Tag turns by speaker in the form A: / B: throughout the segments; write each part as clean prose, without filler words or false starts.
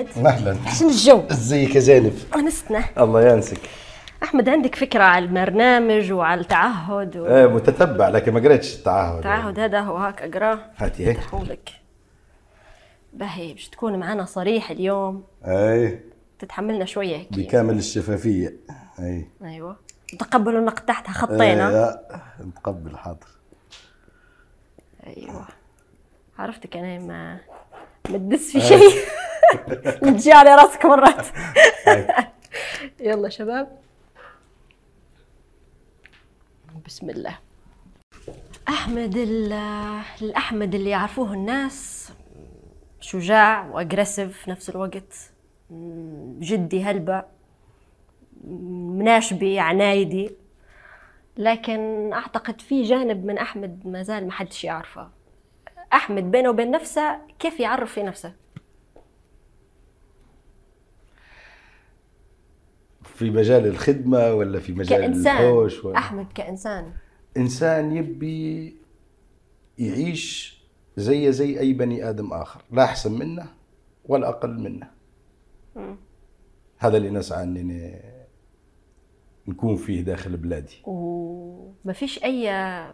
A: اهلا.
B: شنو الجو؟
A: ازيك يا زينب؟
B: انستنا.
A: الله ينسك.
B: احمد، عندك فكره على البرنامج وعلى التعهد
A: ايه متتبع، لكن ما قريتش التعهد.
B: التعهد هذا هو هاك اقراه.
A: هاتي هيك.
B: افتحولك. باهي باش تكون معنا صريح اليوم.
A: اي
B: تتحملنا شويه هيك
A: بكامل الشفافيه. اي
B: ايوه. تقبلوا النقد تحتها خطينا.
A: نتقبل حاضر.
B: ايوه عرفتك انا ما تدس في شيء. تجي على راسك مرات. يلا شباب، بسم الله. احمد الاحمد اللي يعرفوه الناس شجاع واجريسيف في نفس الوقت، جدي هلبة، مناشبي عنايدي، لكن اعتقد في جانب من احمد ما زال ما حدش يعرفه. احمد بينه وبين نفسه كيف يعرف في نفسه؟
A: في مجال الخدمه ولا في مجال الحوش ولا؟
B: احمد كانسان،
A: انسان يبي يعيش زي اي بني ادم اخر، لا احسن منه ولا اقل منه. هذا اللي نسعى اني نكون فيه داخل بلادي.
B: وما فيش اي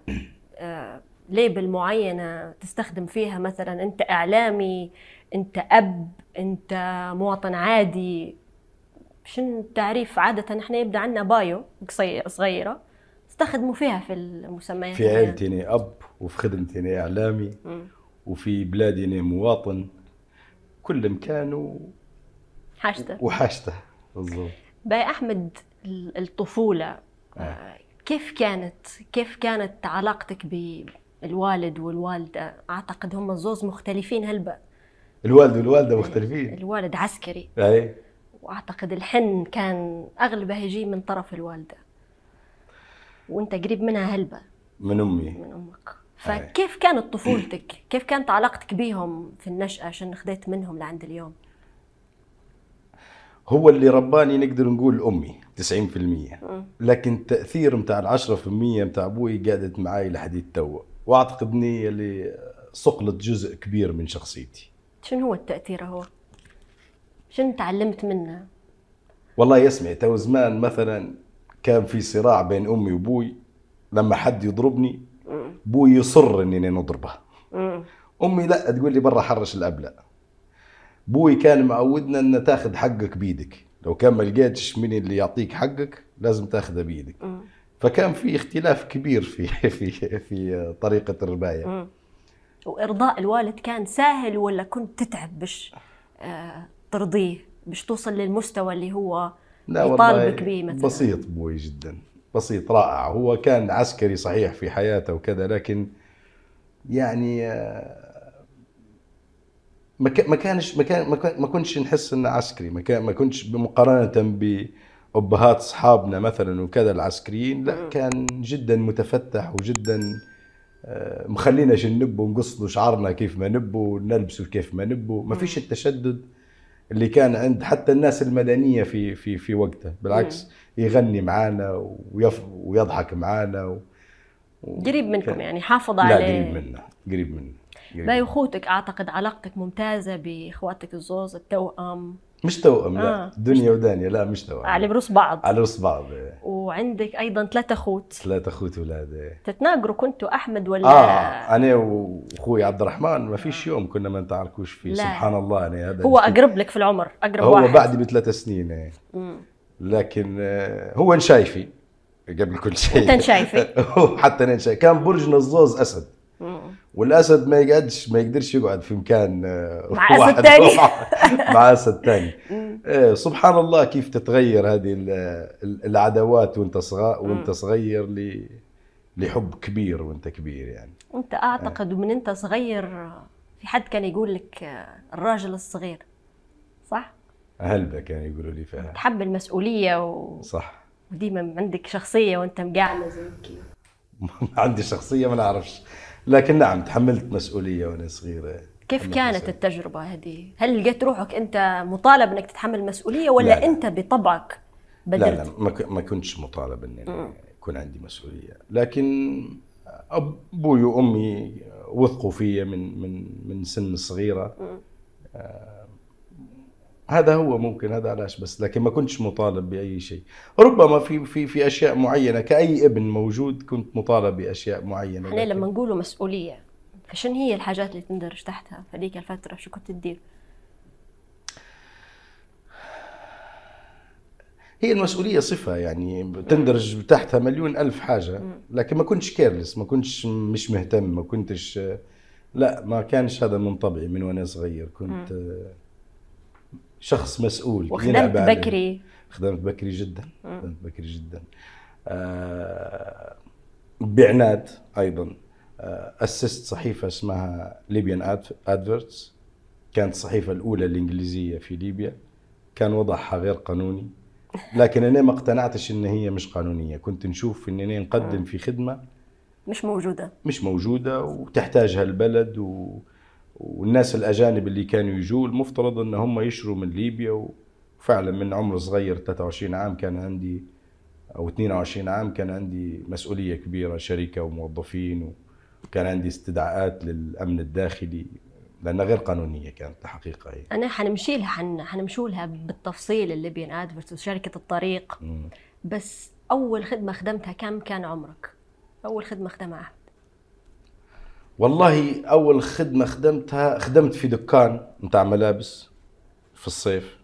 B: ليبل معينه تستخدم فيها، مثلا انت اعلامي، انت اب، انت مواطن عادي؟ شنو التعريف؟ عاده احنا يبدا عندنا بايو صغيره استخدموا فيها في المسميات.
A: في عائلتي أنا اب، وفي خدمتي أنا اعلامي، وفي بلادي أنا مواطن. كل مكان
B: حاجته
A: وحاجته بالضبط.
B: باي احمد، الطفوله كيف كانت علاقتك بالوالد والوالده؟ اعتقد هم الزوز مختلفين هلبا.
A: الوالد والوالده مختلفين.
B: الوالد عسكري،
A: اي،
B: واعتقد الحن كان اغلبه يجي من طرف الوالده، وانت قريب منها هلبا
A: من امي
B: من امك. فكيف كانت طفولتك؟ كيف كانت علاقتك بيهم في النشأة؟ عشان خذيت منهم لعند اليوم.
A: هو اللي رباني نقدر نقول امي 90%، لكن التاثير متاع ال10% متاع ابوي قعدت معي لحد التو، واعتقد اني اللي صقلت جزء كبير من شخصيتي.
B: شنو هو التأثير؟ هو شنو تعلمت منه؟
A: والله يسمع، تو زمان مثلا كان في صراع بين امي وابوي، لما حد يضربني ابوي يصر اني نضربه. امي لا، تقول لي برا حرش الابله. ابوي كان معودنا ان تاخذ حقك بيدك، لو كان ما لقيتش من اللي يعطيك حقك لازم تاخذه بيدك. فكان في اختلاف كبير في طريقه الربايه.
B: وارضاء الوالد كان سهل ولا كنت تتعب باش ترضيه، باش توصل للمستوى اللي هو يطالبك به مثلا؟
A: بسيط ابوي جدا، بسيط رائع. هو كان عسكري صحيح في حياته وكذا، لكن يعني ما كنتش نحس انه عسكري. ما كنتش بمقارنه بأبهات اصحابنا مثلا وكذا العسكريين، لا كان جدا متفتح وجدا مخلينا نبو نقصوا شعرنا كيف ما نبو ونلبسوا كيف ما نبو. ما فيش التشدد اللي كان عند حتى الناس المدنيه في وقته. بالعكس يغني معانا ويضحك معانا
B: قريب منكم يعني، حافظ عليه.
A: لا قريب منا.
B: باي اخوتك اعتقد علاقتك ممتازه باخواتك الزوز التوأم؟
A: مش توأم لا، دنيا ودانيا لا، مش توأم،
B: على رؤوس بعض.
A: على رؤوس بعض.
B: وعندك ايضا 3 اخوت.
A: 3 اخوت ولاد.
B: تتناقروا كنتوا احمد ولا؟
A: انا واخوي عبد الرحمن ما فيش يوم كنا ما نتعاركوش فيه. لا. سبحان الله. انا هذا
B: هو اقرب لك في العمر، اقرب
A: هو
B: واحد.
A: هو بعدي ب3 سنين. لكن هو نشايفي قبل كل شيء.
B: انت نشايفي.
A: حتى انا نشايفي. كان برجنا الزوز اسد، والاسد ما يقدرش يقعد في مكان
B: مع اسد ثاني.
A: مع اسد ثاني. سبحان الله كيف تتغير هذه العداوات وانت صغير لحب كبير وانت كبير يعني.
B: انت اعتقد من انت صغير في حد كان يقول لك الراجل الصغير، صح؟
A: هلبا كان يقولوا لي فعلا.
B: تحب المسؤوليه
A: صح.
B: وديما عندك شخصيه وانت مقعمه زي كذا.
A: عندي شخصيه ما نعرفش، لكن نعم تحملت مسؤوليه وانا صغيره.
B: كيف كانت التجربه هذه؟ هل لقيت روحك انت مطالب انك تتحمل مسؤوليه ولا لا انت بطبعك بدرت؟
A: لا ما كنتش مطالب اني يكون عندي مسؤوليه، لكن ابوي وامي وثقوا فيا من سن صغيره. هذا هو ممكن، هذا علاش بس، لكن ما كنتش مطالب بأي شيء. ربما في أشياء معينة كأي ابن موجود كنت مطالب بأشياء معينة.
B: احنا لما نقولوا مسؤولية، فشن هي الحاجات اللي تندرج تحتها في هذيك الفترة؟ شو كنت تدير؟
A: هي المسؤولية صفة يعني تندرج تحتها مليون ألف حاجة، لكن ما كنتش كيرلس، ما كنتش مش مهتم، ما كنتش، لا ما كانش هذا من طبعي من وأنا صغير. كنت شخص مسؤول.
B: وخدمت بكري؟
A: خدمت بكري جدا. خدمت بكري جدا. بعناد أيضا. أسست صحيفة اسمها ليبيان أدفرتس، كانت الصحيفة الأولى الإنجليزية في ليبيا. كان وضعها غير قانوني، لكن أنا ما اقتنعتش إن هي مش قانونية. كنت نشوف إن أنا نقدم في خدمة مش موجودة وتحتاجها البلد والناس الأجانب اللي كانوا يجوا المفترض إن هم يشروا من ليبيا. وفعلا من عمر صغير 23 عام كان عندي، أو 22 عام كان عندي مسؤولية كبيرة، شركة وموظفين، وكان عندي استدعاءات للأمن الداخلي لأنها غير قانونية كانت الحقيقة. هي
B: أنا حنمشوا لها بالتفصيل الليبيان أدفرتس وشركة الطريق. بس أول خدمة خدمتها كان عمرك؟ أول خدمة خدمها أحمد؟
A: والله أول خدمة خدمتها، خدمت في دكان متاع ملابس في الصيف.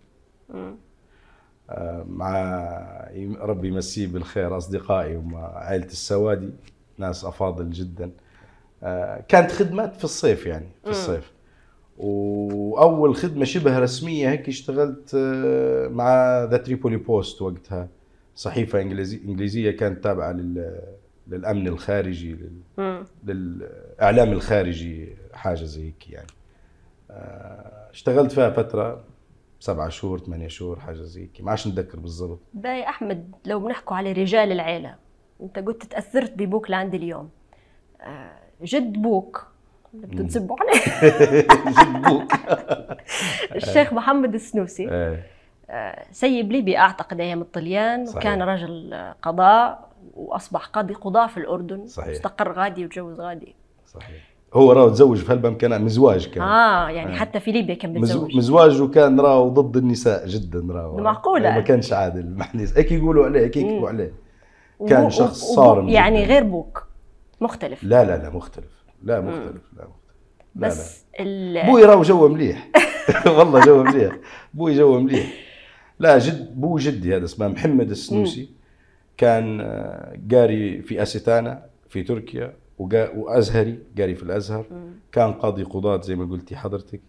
A: مع ربي يمسيه بالخير أصدقائي ومع عائلة السوادي، ناس أفاضل جدا. كانت خدمات في الصيف يعني في الصيف. وأول خدمة شبه رسمية هيك اشتغلت مع ذا تريبولي بوست وقتها، صحيفة إنجليزية كانت تابعة للأمن الخارجي، للإعلام الخارجي، حاجة زي هيك يعني. اشتغلت فيها فترة 7 شهور 8 شهور حاجة زي هيك، ما عادش نتذكر بالضبط.
B: باي أحمد، لو بنحكوا على رجال العيلة، أنت قلت تأثرت ببوك لعند اليوم. جد بوك بتنسبوا عليه
A: جد بوك
B: الشيخ محمد السنوسي، سيب ليبيا أعتقد أيام الطليان. صحيح. وكان رجل قضاء وأصبح قضاء في الأردن. صحيح. استقر غادي وتجوز غادي.
A: صحيح. هو راهو تزوج في هالبام، كان مزواج كان.
B: يعني حتى في ليبيا كان متزوج.
A: مزواج، وكان راهو ضد النساء جدا. راهو
B: معقولة
A: ما كانش عادل مع الناس، هيك يقولوا عليه، هيك يكتبوا عليه. كان شخص صارم
B: يعني جداً. غير بوك مختلف.
A: لا مختلف. لا مختلف.
B: بس
A: بوي راهو جو مليح والله جو مليح. بوي جو مليح. لا جد، بو جدي هذا اسمه محمد السنوسي. كان قاري في أستانا في تركيا، وأزهري، قاري في الأزهر. كان قاضي قضاة زي ما قلتي حضرتك.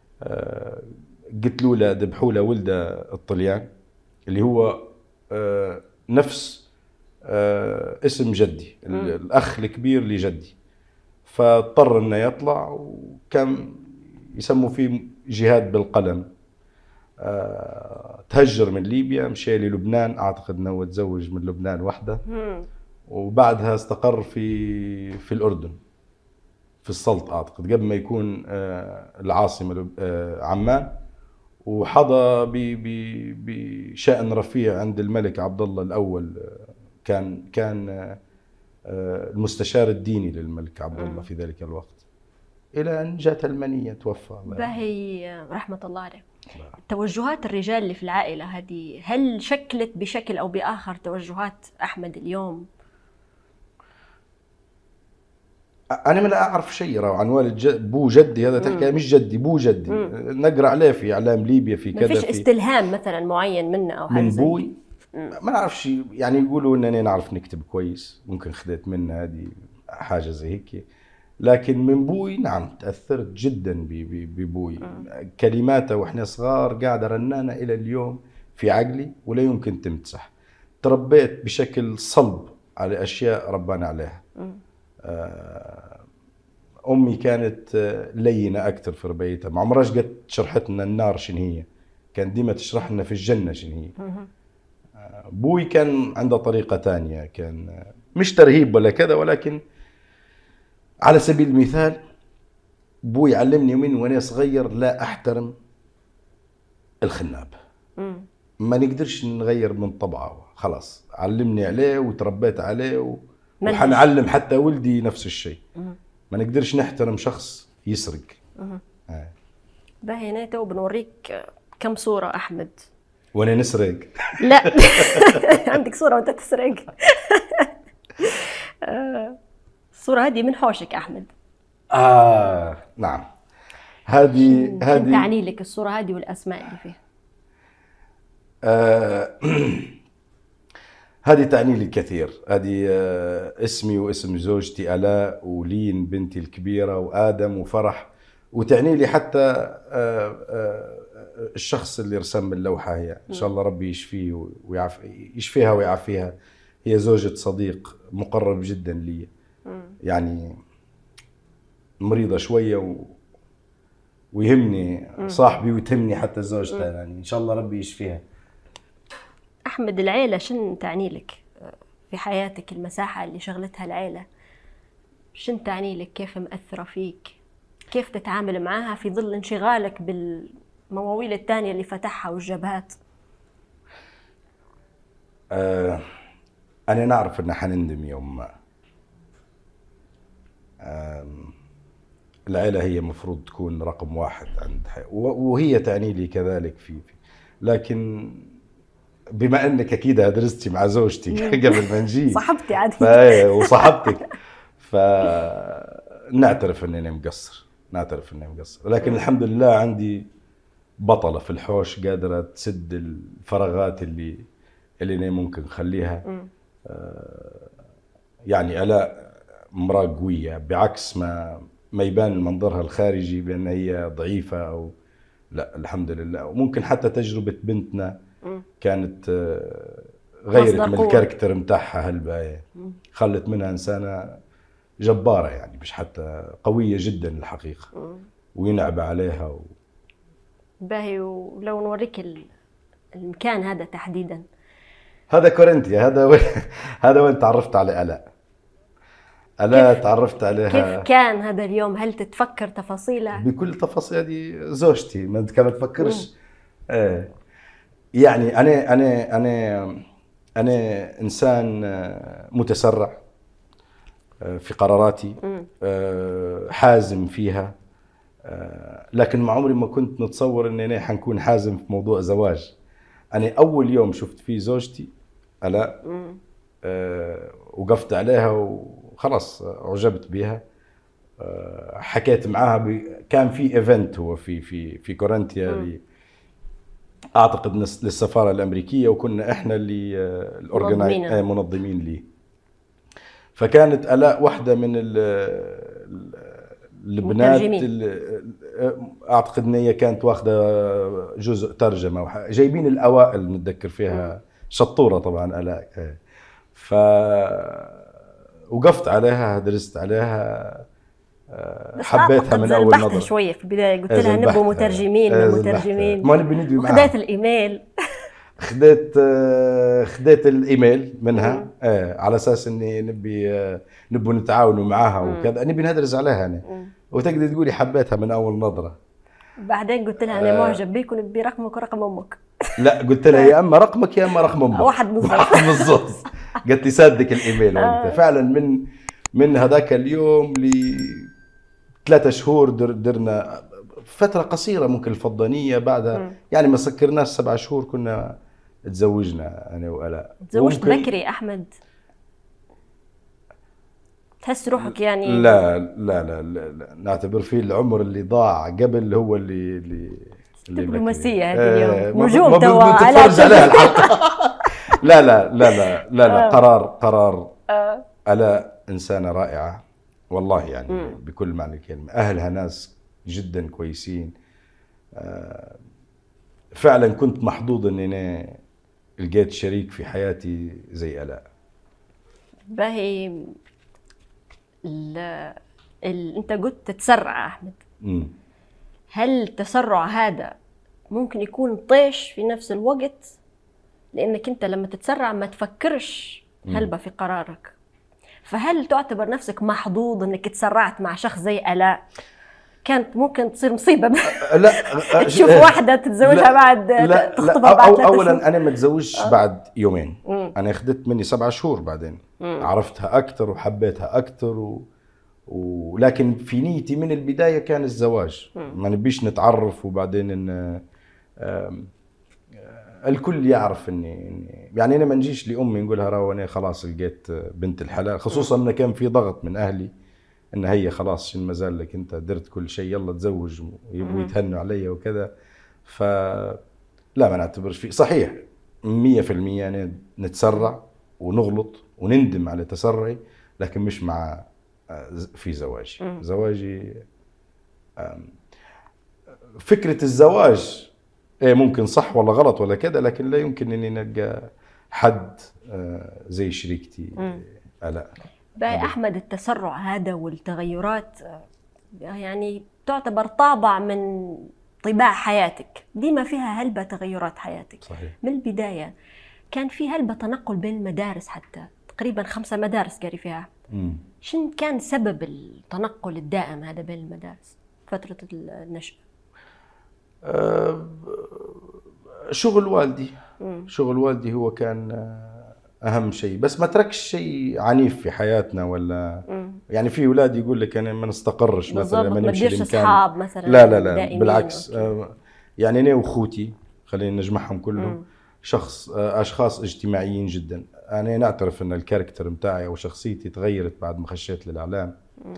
A: قلت له ذبحوا له ولده الطليان اللي هو نفس اسم جدي، الأخ الكبير لجدي. فاضطر انه يطلع، وكان يسموا فيه جهاد بالقلم. تهجر من ليبيا، مشى للبنان، اعتقد انه هو تزوج من لبنان وحده. وبعدها استقر في الأردن في السلط اعتقد، قبل ما يكون العاصمة عمان. وحظى بشأن رفيع عند الملك عبد الله الأول. كان المستشار الديني للملك عبد الله في ذلك الوقت، إلى أن جاءت المنية توفى.
B: باهي رحمة الله عليه. توجهات الرجال اللي في العائلة هذه، هل شكلت بشكل أو بآخر توجهات أحمد اليوم؟
A: أنا ما لا أعرف شيء عن والد بو جدي، هذا تحكي مش جدي، بو جدي. نقرأ عليه في إعلام ليبيا في كذا.
B: ما فيش استلهام مثلا معين منه أو حاجة
A: من بوي؟ ما نعرفش يعني. يقولوا انني نعرف نكتب كويس، ممكن خذيت منه هذه حاجه زي هيك. لكن من بوي نعم تاثرت جدا ببوي. كلماته واحنا صغار قاعده رنانه الى اليوم في عقلي ولا يمكن تمسح. تربيت بشكل صلب على اشياء ربنا عليها. امي كانت لينه اكثر في ربيتها، ما عمرهاش قد شرحت لنا النار شنو هي، كان ديما تشرح لنا في الجنه شنو هي. بوي كان عنده طريقة تانية، كان مش ترهيب ولا كذا، ولكن على سبيل المثال بوي علمني من وانا صغير لا احترم الخناب. ما نقدرش نغير من طبعه، خلاص علمني عليه وتربيت عليه وحنعلم حتى ولدي نفس الشيء. ما نقدرش نحترم شخص يسرق.
B: باهي هنا تو بنوريك كم صورة أحمد؟
A: وانا نسرق؟
B: لا عندك صورة وأنت تسرق. الصورة هذه من حوشك أحمد.
A: نعم. هذه
B: شن تعني لك الصورة هذه والأسماء اللي فيها؟
A: هذه تعني لي كثير. هذه اسمي واسم زوجتي آلاء، ولين بنتي الكبيرة، وآدم، وفرح. وتعني لي حتى الشخص اللي رسم اللوحة، هي إن شاء الله ربي يشفيه يشفيها ويعافيها. هي زوجة صديق مقرب جدا لي، يعني مريضة شوية ويهمني صاحبي وتهمني حتى زوجتها، يعني إن شاء الله ربي يشفيها.
B: أحمد، العيلة شن تعني لك في حياتك؟ المساحة اللي شغلتها العيلة شن تعني لك؟ كيف مأثرة فيك؟ كيف تتعامل معاها في ظل انشغالك بالمواويل التانية اللي فتحها والجبهات؟
A: أنا نعرف إن حنندم يوم ما. العيلة هي مفروض تكون رقم واحد عند وهي تعني لي كذلك لكن بما انك اكيد درستي مع زوجتي قبل ما نجي،
B: صاحبتي عادي
A: وصاحبتك، فنعترف اني مقصر، لكن الحمد لله عندي بطلة في الحوش قادرة تسد الفراغات اللي أنا ممكن خليها. يعني آلاء امرأة قوية، بعكس ما يبان منظرها الخارجي بأن هي ضعيفة أو لا، الحمد لله. وممكن حتى تجربة بنتنا كانت غيرت من الكاركتر متاعها هالباية، خلت منها إنسانة جبارة، يعني مش حتى قوية جدا الحقيقة، وينعب عليها
B: باهي. ولو نوريك المكان هذا تحديدا،
A: هذا كورنثيا، هذا وين تعرفت على آلاء تعرفت عليها.
B: كيف كان هذا اليوم؟ هل تتفكر تفاصيله؟
A: بكل تفاصيل. هذه زوجتي، ما تفكرش. يعني أنا إنسان متسرع في قراراتي، حازم فيها، لكن ما عمري ما كنت نتصور إن أنا حنكون حازم في موضوع زواج. أنا أول يوم شفت فيه زوجتي آلاء وقفت عليها وخلاص أعجبت بها. حكيت معاها كان في إيفنت هو في كورنثيا أعتقد للسفارة الأمريكية، وكنا إحنا اللي منظمين ليه. فكانت آلاء واحدة من البنات أعتقد أن هي كانت واخدة جزء ترجمة، جايبين الأوائل نتذكر فيها، شطورة طبعا آلاء. وقفت عليها، درست عليها، حبيتها من أول نظرة.
B: شوية في البداية قلت لها نبقوا مترجمين.
A: ما نبي ندوي معها.
B: خديت الإيميل
A: خديت الإيميل منها على أساس إني نبوا نتعاونوا معها وكذا، نبي ندرس عليها أنا. وتقدر تقولي حبيتها من أول نظرة.
B: بعدين قلت لها أنا معجب بيك ونبي رقمك ورقم أمك.
A: لا، قلت لها يا أما رقمك يا أما رقم أمك.
B: واحد بالضبط.
A: قلت لي صدق الإيميل. فعلا من هذاك اليوم ل3 شهور درنا فترة قصيرة ممكن الفضانية، بعدها يعني ما سكرناش 7 شهور كنا تزوجنا أنا وآلاء.
B: تزوجت بكري أحمد؟ تحس روحك يعني؟
A: لا نعتبر فيه العمر اللي ضاع قبل هو اللي
B: دبلوماسية هذه اليوم. نجوم
A: توا على الحلقة. لا قرار. آلاء إنسانة رائعة والله، يعني بكل معنى الكلمة. أهلها ناس جدا كويسين. فعلا كنت محظوظ ان انا لقيت شريك في حياتي زي آلاء.
B: باهي. انت قلت تتسرع أحمد. هل التسرع هذا ممكن يكون طيش في نفس الوقت؟ لانك انت لما تتسرع ما تفكرش هلبة في قرارك، فهل تعتبر نفسك محظوظ انك تسرعت مع شخص زي آلاء؟ كانت ممكن تصير مصيبة.
A: لا
B: تشوف واحدة تتزوجها بعد، تخطبها بعد 3 شهور.
A: أولا أنا ما تزوجش بعد يومين. أنا أخذت مني 7 شهور بعدين. عرفتها أكتر وحبيتها أكتر لكن في نيتي من البداية كان الزواج. ما نبيش نتعرف وبعدين الكل يعرف اني يعني انا ما نجيش لامي نقولها راهو انا خلاص لقيت بنت الحلال، خصوصا انه كان في ضغط من اهلي ان هي خلاص شن ما زال لك انت درت كل شيء يلا تزوج ويبغوا يتهنوا علي وكذا. ف لا ما نعتبرش فيه صحيح 100% يعني نتسرع ونغلط ونندم على تسرعي، لكن مش مع في زواجي. زواجي فكرة الزواج ايه ممكن صح ولا غلط ولا كذا، لكن لا يمكن اني نلقى حد زي شريكتي لا.
B: باي أحمد، التسرع هذا والتغيرات يعني تعتبر طابع من طباع حياتك، ديما فيها هلبة تغيرات حياتك.
A: صحيح.
B: من البداية كان في هلبة تنقل بين المدارس، حتى تقريبا 5 مدارس قاري فيها. شن كان سبب التنقل الدائم هذا بين المدارس فترة النشأة؟
A: شغل والدي. شغل والدي هو كان اهم شيء، بس ما تركش شيء عنيف في حياتنا ولا يعني في اولاد يقول لك انا ما نستقرش مثلا
B: ما
A: نمشي
B: نديرش اصحاب مثلا.
A: لا بالعكس. يعني انا واخوتي خلينا نجمعهم كلهم اشخاص اجتماعيين جدا. انا نعترف ان الكاركتر متاعي او شخصيتي تغيرت بعد ما خشيت للاعلام.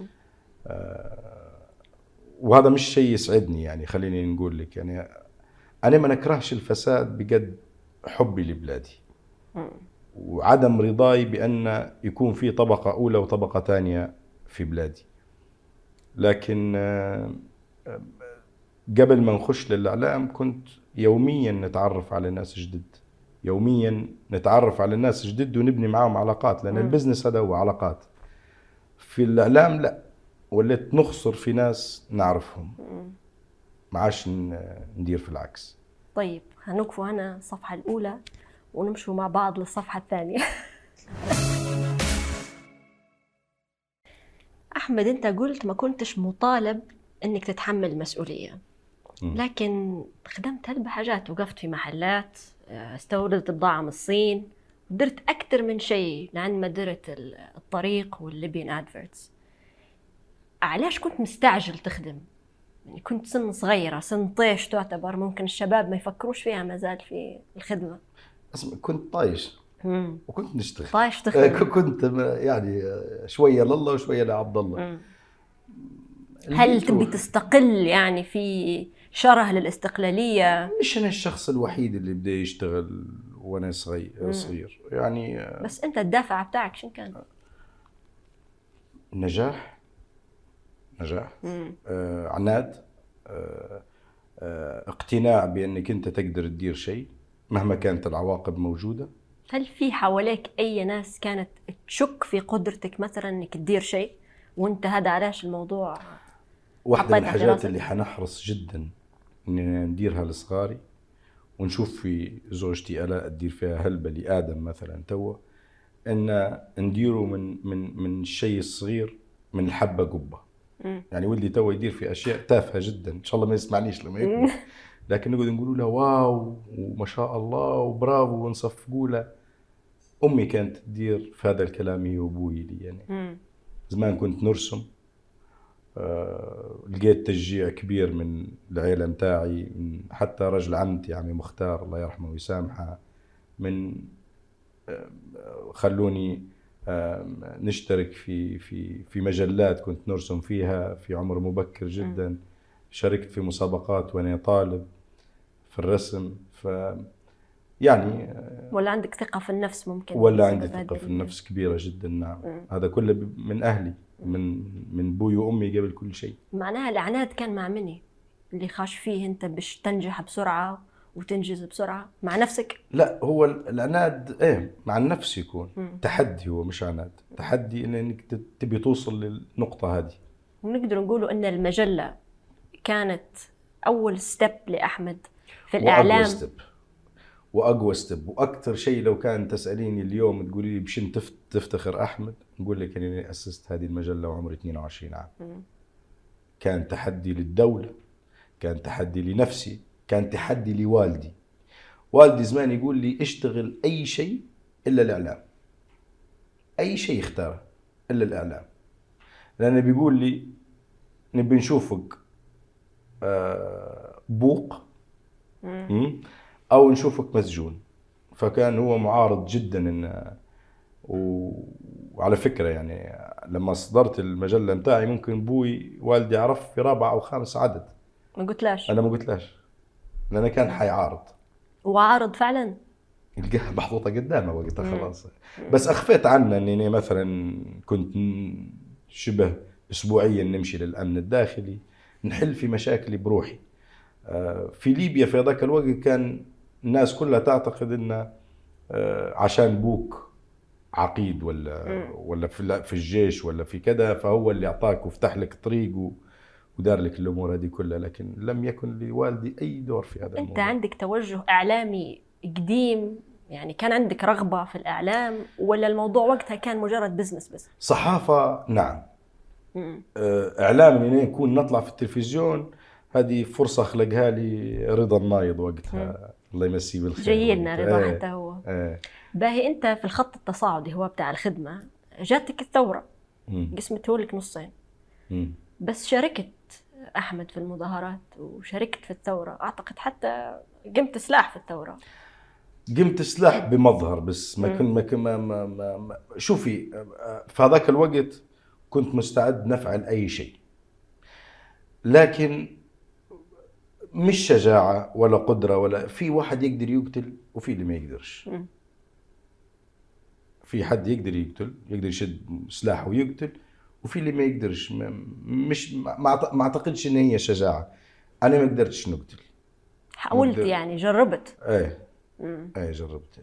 A: وهذا مش شيء يسعدني، يعني خليني نقول لك يعني انا ما نكرهش الفساد بقد حبي لبلادي وعدم رضاي بأن يكون في طبقة أولى وطبقة ثانية في بلادي. لكن قبل ما نخش للإعلام كنت يوميا نتعرف على ناس جدد، يوميا نتعرف على ناس جدد ونبني معهم علاقات، لأن البزنس هذا هو علاقات. في الإعلام لا، وليت نخسر في ناس نعرفهم، ما عادش ندير في العكس.
B: طيب هنوقفوا هنا الصفحة الأولى ونمشوا مع بعض للصفحة الثانية. أحمد، أنت قلت ما كنتش مطالب أنك تتحمل المسؤولية، لكن خدمت هلبة حاجات، وقفت في محلات، استوردت بضاعة من الصين، ودرت أكثر من شيء لعند ما درت الطريق والليبيان أدفيرتس. علاش كنت مستعجل تخدم؟ يعني كنت سن صغيرة، سن طيش تعتبر، ممكن الشباب ما يفكروش فيها مازال في الخدمة.
A: كنت طايش وكنت نشتغل.
B: طايش تخدم.
A: كنت يعني شوية لله وشوية لعبد الله.
B: هل تبي تستقل يعني في شره للاستقلالية؟
A: مش أنا الشخص الوحيد اللي بدأ يشتغل وأنا صغير يعني.
B: بس أنت الدافع بتاعك شن كان؟
A: نجاح عناد، اقتناع بأنك أنت تقدر تدير شيء مهما كانت العواقب موجودة.
B: هل في حواليك أي ناس كانت تشك في قدرتك مثلا أنك تدير شيء وأنت هذا علاش الموضوع؟
A: واحدة من الحاجات اللي حنحرص جدا أن نديرها لصغاري، ونشوف في زوجتي آلاء تدير فيها هلبة لآدم مثلا توا، أن نديره من الشيء الصغير، من الحبة قبة. يعني ولدي توا يدير في أشياء تافهة جدا، إن شاء الله ما يسمعنيش لما يكبر، لكن نقعد نقول له واو وما شاء الله وبرافو ونصفقوا له. أمي كانت تدير في هذا الكلام هي وأبوي لي يعني. زمان كنت نرسم، لقيت تشجيع كبير من العيلة متاعي، من حتى رجل عمتي عمي مختار الله يرحمه ويسامحه، من خلوني نشترك في مجلات كنت نرسم فيها في عمر مبكر جدا. شاركت في مسابقات وانا طالب في الرسم. يعني
B: ولا عندك ثقة في النفس ممكن؟
A: ولا عندي ثقة في النفس كبيرة جدا. نعم. هذا كله من أهلي، من بوي وأمي قبل كل شيء.
B: معناها العناد كان مع مني اللي خاش فيه أنت باش تنجح بسرعة وتنجز بسرعة مع نفسك؟
A: لا، هو العناد مع النفس يكون تحدي، هو مش عناد. تحدي انك تبي توصل للنقطة هذه.
B: ونقدر نقوله ان المجلة كانت اول ستيب لأحمد في الاعلام،
A: واقوى ستيب واكثر شيء. لو كان تسأليني اليوم تقولي لي بشن تفتخر احمد، نقول لك اني اسست هذه المجلة وعمري 22 عام. كان تحدي للدولة، كان تحدي لنفسي، كان تحدي لوالدي. والدي زمان يقول لي اشتغل أي شيء إلا الإعلام، أي شيء اختاره إلا الإعلام، لأنه بيقول لي نبي نشوفك بوق او نشوفك مسجون. فكان هو معارض جدا ان وعلى فكرة يعني لما صدرت المجلة متاعي ممكن بوي والدي عرف في رابع او خامس عدد.
B: ما قلتلاش؟
A: انا ما قلتلاش لانه كان حيعارض.
B: وعارض فعلا؟
A: القاها محطوطة قدامه وقتها خلاص. بس أخفيت عنه أني مثلا كنت شبه أسبوعيا نمشي للأمن الداخلي نحل في مشاكلي بروحي. في ليبيا في ذاك الوقت كان الناس كلها تعتقد أنه عشان بوك عقيد ولا في الجيش ولا في كذا فهو اللي أعطاك وفتح لك طريق ودار لك الأمور هذه كلها، لكن لم يكن لوالدي أي دور في هذا الموضوع.
B: أنت عندك توجه إعلامي قديم، يعني كان عندك رغبة في الإعلام ولا الموضوع وقتها كان مجرد بزنس بس؟
A: صحافة نعم. إعلام إني نكون نطلع في التلفزيون هذه فرصة خلقها لي رضا النايض وقتها. الله يمسيه بالخير.
B: جيلنا رضا حتى هو. باهي أنت في الخط التصاعدي هو بتاع الخدمة جاتك الثورة قسمته لك نصين. بس شاركت أحمد في المظاهرات وشاركت في الثورة، أعتقد حتى قمت سلاح في الثورة.
A: قمت سلاح بمظهر بس ما شوفي في هذاك الوقت كنت مستعد نفعل أي شيء، لكن مش شجاعة ولا قدرة ولا في واحد يقدر يقتل وفي اللي ما يقدرش. في حد يقدر يقتل يقدر يشد سلاح ويقتل وفي اللي ما يقدرش. ما اعتقدش ان هي شجاعة. انا ما قدرتش نقتل.
B: حاولت يعني جربت.
A: ايه جربت.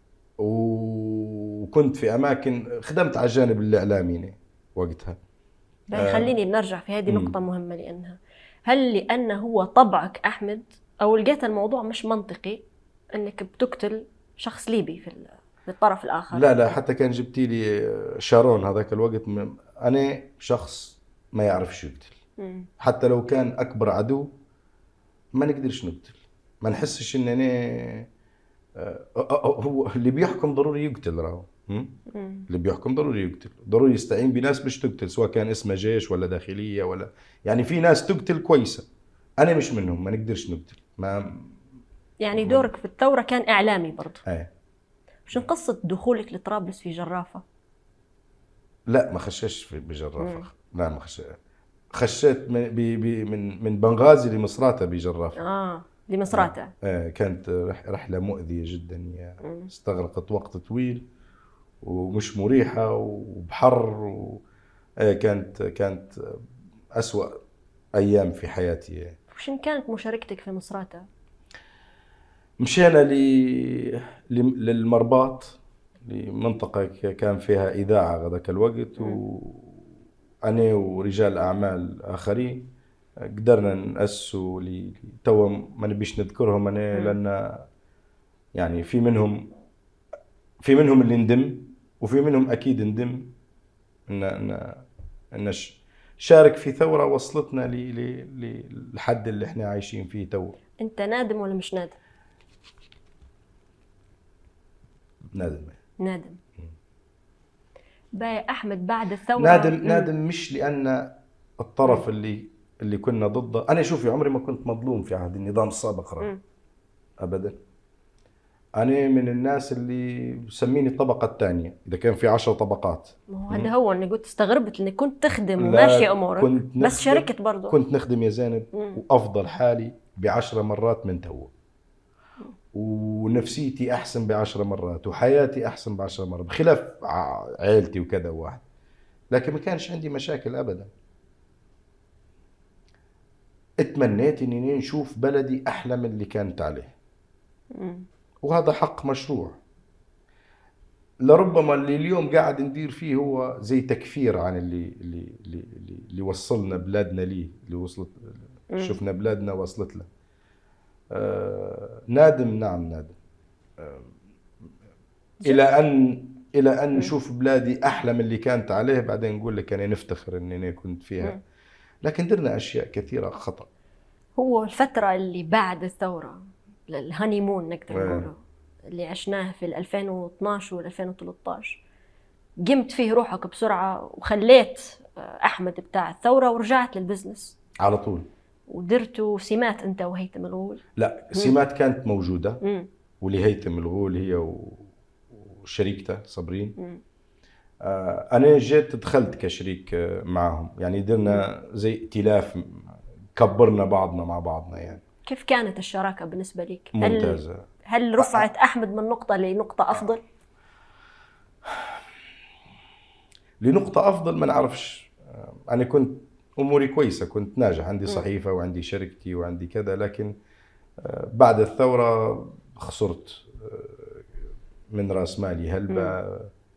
A: وكنت في اماكن خدمت على الجانب الاعلامي وقتها.
B: خليني بنرجع في هذه نقطة مهمة لأنها هل لأنه هو طبعك أحمد أو لقيت الموضوع مش منطقي أنك بتقتل شخص ليبي في الطرف الآخر؟
A: لا حتى كان جبتي لي شارون هذاك الوقت أنا شخص ما يعرفش يقتل. حتى لو كان أكبر عدو ما نقدرش نقتل. ما نحسش إن أنا هو اللي بيحكم ضروري يقتل. راهو اللي بيحكم ضروري يقتل، ضروري يستعين بناس مش تقتل سواء كان اسمه جيش ولا داخلية ولا يعني في ناس تقتل كويسة. أنا مش منهم، ما نقدرش نقتل.
B: يعني دورك في الثورة كان إعلامي برضو. شو قصة دخولك لطرابلس في جرافة؟
A: لا ما خشيتش بجرافة. لا ما خشيت من بنغازي لمصراتة بجرافة.
B: لمصراتة.
A: كانت رحلة مؤذية جدا. استغرقت وقت طويل ومش مريحة وبحر كانت أسوأ أيام في حياتي.
B: وشن كانت مشاركتك في مصراتة؟
A: مشينا للمرباط لمنطقة كان فيها إذاعة ذاك الوقت وأنا ورجال أعمال آخرين قدرنا نأسسوا تو ما نبيش نذكرهم أنا لأن يعني في منهم اللي ندم وفي منهم أكيد ندم إن شارك في ثورة وصلتنا للحد اللي احنا عايشين فيه تو.
B: أنت نادم ولا مش نادم؟ نادم. باي أحمد بعد الثورة
A: نادم مش لأن الطرف اللي كنا ضده. أنا شوفي عمري ما كنت مظلوم في عهد النظام السابق أبدا. أنا من الناس اللي بسميني الطبقة الثانية إذا كان في 10 طبقات.
B: هذا هو أني قلت استغربت أنك كنت تخدم وماشي أمورك بس شاركت برضو.
A: كنت نخدم يا زينب وأفضل حالي ب10 مرات من تو، ونفسيتي أحسن ب10 مرات وحياتي أحسن ب10 مرات بخلاف عائلتي وكذا واحد، لكن ما كانش عندي مشاكل أبدا. اتمنيت إني نشوف بلدي أحلى من اللي كانت عليه وهذا حق مشروع. لربما اللي اليوم قاعد ندير فيه هو زي تكفير عن اللي وصلنا بلادنا ليه، اللي وصلت شفنا بلادنا وصلت له. نادم، نعم نادم. إلى أن نشوف بلادي أحلى من اللي كانت عليه بعدين نقول لك أنا نفتخر أني كنت فيها. لكن درنا أشياء كثيرة خطأ.
B: هو الفترة اللي بعد الثورة الهانيمون نقدر نقوله اللي عشناه في 2012 و 2013 قمت فيه روحك بسرعة وخليت أحمد بتاع الثورة ورجعت للبزنس
A: على طول.
B: ودرتوا سمات انت وهيثم الغول؟
A: لا، سمات كانت موجودة،
B: مم.
A: ولهيثم الغول هي وشريكته صابرين. أنا جيت دخلت كشريك معهم، يعني درنا زي ائتلاف، كبرنا بعضنا مع بعضنا يعني.
B: كيف كانت الشراكة بالنسبة لك؟
A: ممتازة.
B: هل رفعت أحمد من نقطة لنقطة أفضل؟
A: لنقطة أفضل ما نعرفش. أنا كنت أموري كويسة، كنت ناجح، عندي صحيفة وعندي شركتي وعندي كذا، لكن بعد الثورة خسرت من رأس مالي هلبة.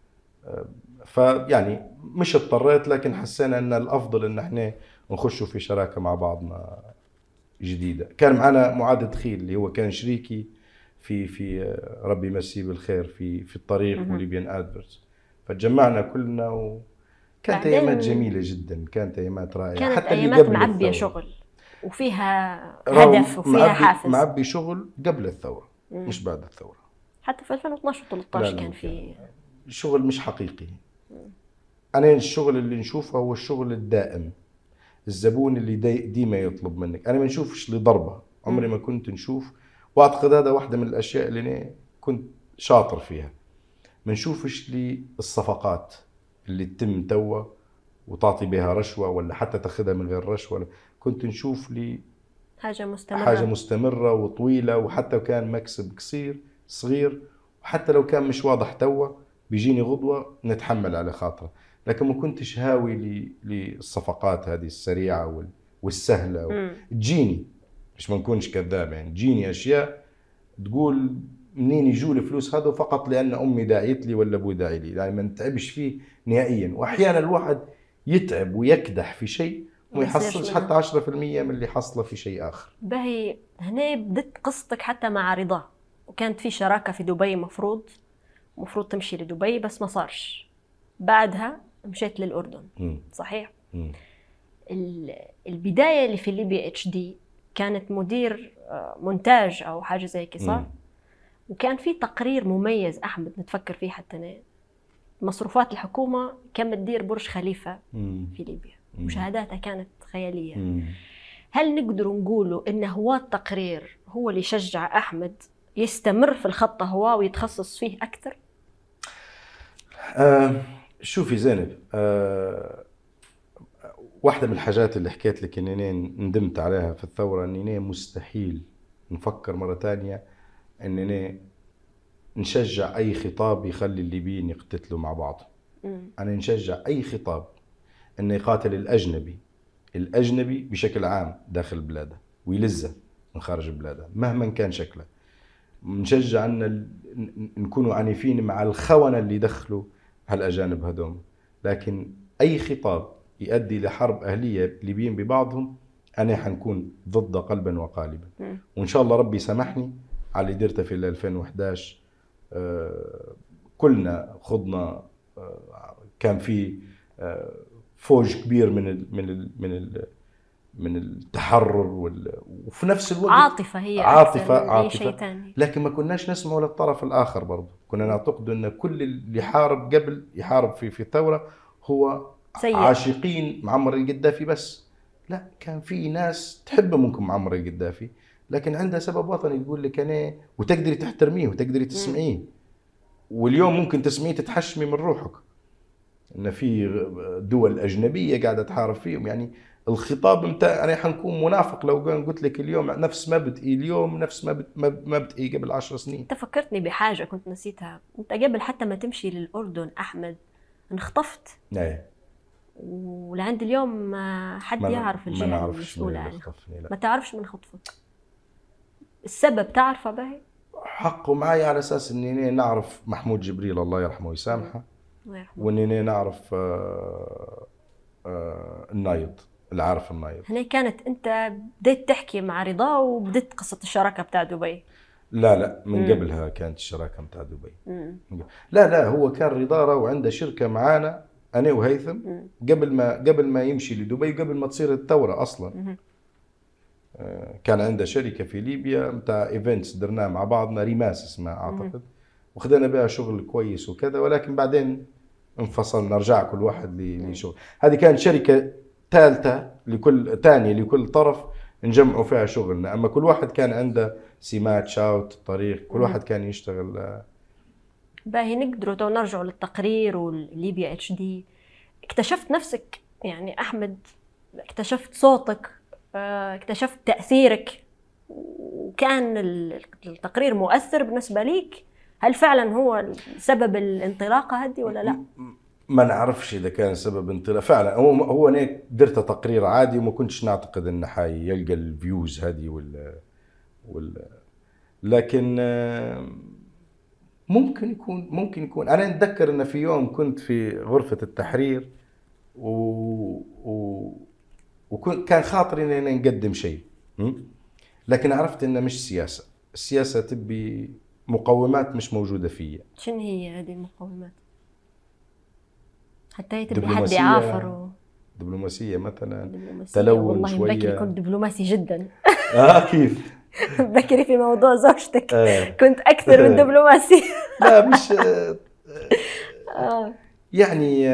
A: فيعني مش اضطريت، لكن حسينا أن الأفضل أن احنا نخشوا في شراكة مع بعضنا جديدة. كان معنا معاذ دخيل اللي هو كان شريكي في ربي يمسيه بالخير في الطريق وليبيان ادفرتس، فتجمعنا كلنا وكانت ايامات جميله جدا، كانت ايامات رائعه.
B: كانت
A: حتى اللي
B: ايامات
A: قبل
B: معبيه
A: الثورة.
B: شغل وفيها هدف وفيها حافز.
A: معبي شغل قبل الثوره، مش بعد الثوره.
B: حتى في 2012 و13 كان في
A: شغل مش حقيقي. انا الشغل اللي نشوفه هو الشغل الدائم، الزبون اللي ديما يطلب منك. انا ما نشوفش لضربه، عمري ما كنت نشوف، واعتقد هذا واحده من الاشياء اللي أنا كنت شاطر فيها. ما نشوفش للصفقات اللي تتم توا وتعطي بها رشوه ولا حتى تاخذها من غير رشوه. كنت نشوف لي حاجه مستمره وطويله، وحتى كان مكسب قصير صغير، وحتى لو كان مش واضح توا بيجيني غضوه نتحمل على خاطره. لكن ما كنتش هاوي للصفقات هذه السريعة والسهلة. تجيني، مش ما نكونش كذاب يعني، تجيني أشياء تقول منين يجوا الفلوس هذا فقط لأن أمي داعيت لي ولا أبوي داعي لي، يعني ما نتعبش فيه نهائيا. وأحيانا الواحد يتعب ويكدح في شيء وما يحصلش حتى 10% من اللي حصله في شيء آخر.
B: باهي هنا بدت قصتك حتى مع رضا، وكانت في شراكة في دبي مفروض تمشي لدبي بس ما صارش. بعدها مشيت للأردن. صحيح؟ البداية اللي في ليبيا HD كانت مدير مونتاج أو حاجة زي كده، صح؟ وكان في تقرير مميز أحمد نتفكر فيه حتى أنا، مصروفات الحكومة كم تدير برج خليفة في ليبيا، مشاهداتها كانت خيالية. هل نقدر نقوله إن هو التقرير هو اللي شجع أحمد يستمر في الخط هو ويتخصص فيه أكثر؟
A: شوفي زينب، واحدة من الحاجات اللي حكيت لك انني ندمت عليها في الثورة، انني مستحيل نفكر مرة تانية انني نشجع اي خطاب يخلي الليبيين يقتتلوا مع بعض. انا نشجع اي خطاب انه يقاتل الاجنبي بشكل عام داخل بلاده ويلزه من خارج بلاده مهما كان شكله. نشجع ان نكونوا عنيفين مع الخونة اللي دخلوا هالاجانب هذوم، لكن اي خطاب يؤدي لحرب اهليه ليبيين ببعضهم انا حنكون ضده قلبا وقالبا. وان شاء الله ربي سامحني على اللي درته في 2011. كلنا خضنا، كان في فوج كبير من التحرر وفي نفس الوقت
B: عاطفة، هي
A: عاطفة
B: أي شيء ثاني.
A: لكن ما كناش نسمع للطرف الآخر برضه. كنا نعتقد أن كل اللي حارب قبل يحارب في الثورة هو سيء. عاشقين معمر القذافي بس. لا، كان في ناس تحب ممكن معمر القذافي لكن عندها سبب وطني تقول لك أنا، وتقدري تحترميه وتقدري تسمعيه. واليوم ممكن تسمعيه تتحشمي من روحك ان في دول اجنبيه قاعده تحارب فيهم. يعني الخطاب متاع انا حنكون منافق لو قلت لك اليوم نفس مبدئي اليوم نفس مبدئي قبل 10 سنين.
B: انت فكرتني بحاجه كنت نسيتها. انت قبل حتى ما تمشي للاردن احمد انخطفت.
A: نعم.
B: ولعند اليوم حد يعرف الجهه المسؤوله عنها. ما تعرفش من خطفك السبب؟ تعرفه باهي
A: حقه معي على اساس اني نعرف محمود جبريل الله يرحمه ويسامحه، واني نعرف النايض العارف النايض.
B: هنا كانت انت بديت تحكي مع رضا وبديت قصه الشراكه بتاع دبي؟
A: لا من قبلها كانت الشراكه بتاع دبي. لا هو كان رضا وعنده شركه معانا انا وهيثم قبل ما يمشي لدبي، قبل ما تصير الثوره اصلا. كان عنده شركه في ليبيا متاع ايفنتس درناه مع بعضنا، ريماس اسمها اعتقد، وخذنا بها شغل كويس وكذا، ولكن بعدين انفصلنا، رجع كل واحد لشغل. هذه كانت شركه ثالثه ثانيه لكل طرف نجمعوا فيها شغلنا. اما كل واحد كان عنده سمات شاوت طريق، كل واحد كان يشتغل.
B: باهي نقدروا تو نرجعوا للتقرير والليبيا اتش دي. اكتشفت نفسك يعني أحمد، اكتشفت صوتك، اكتشفت تأثيرك، وكان التقرير مؤثر بالنسبة ليك. هل فعلا هو سبب الانطلاقة هذه ولا لا؟
A: ما نعرفش اذا كان سبب انطلاق فعلا. هو انا درت تقرير عادي وما كنتش نعتقد انه يلقى الفيوز هذه لكن ممكن يكون انا اتذكر ان في يوم كنت في غرفة التحرير وكان خاطري اني نقدم شيء، لكن عرفت انه مش سياسة. السياسة تبي مقومات مش موجودة فيها.
B: شنو هي هذه المقومات؟ حتى هي تبي حد يعافر
A: دبلوماسية مثلا،
B: دبلوماسية.
A: تلون
B: والله
A: شوية.
B: بكري كنت دبلوماسي جدا.
A: كيف؟
B: بكري في موضوع زوجتك كنت أكثر من دبلوماسي.
A: لا مش يعني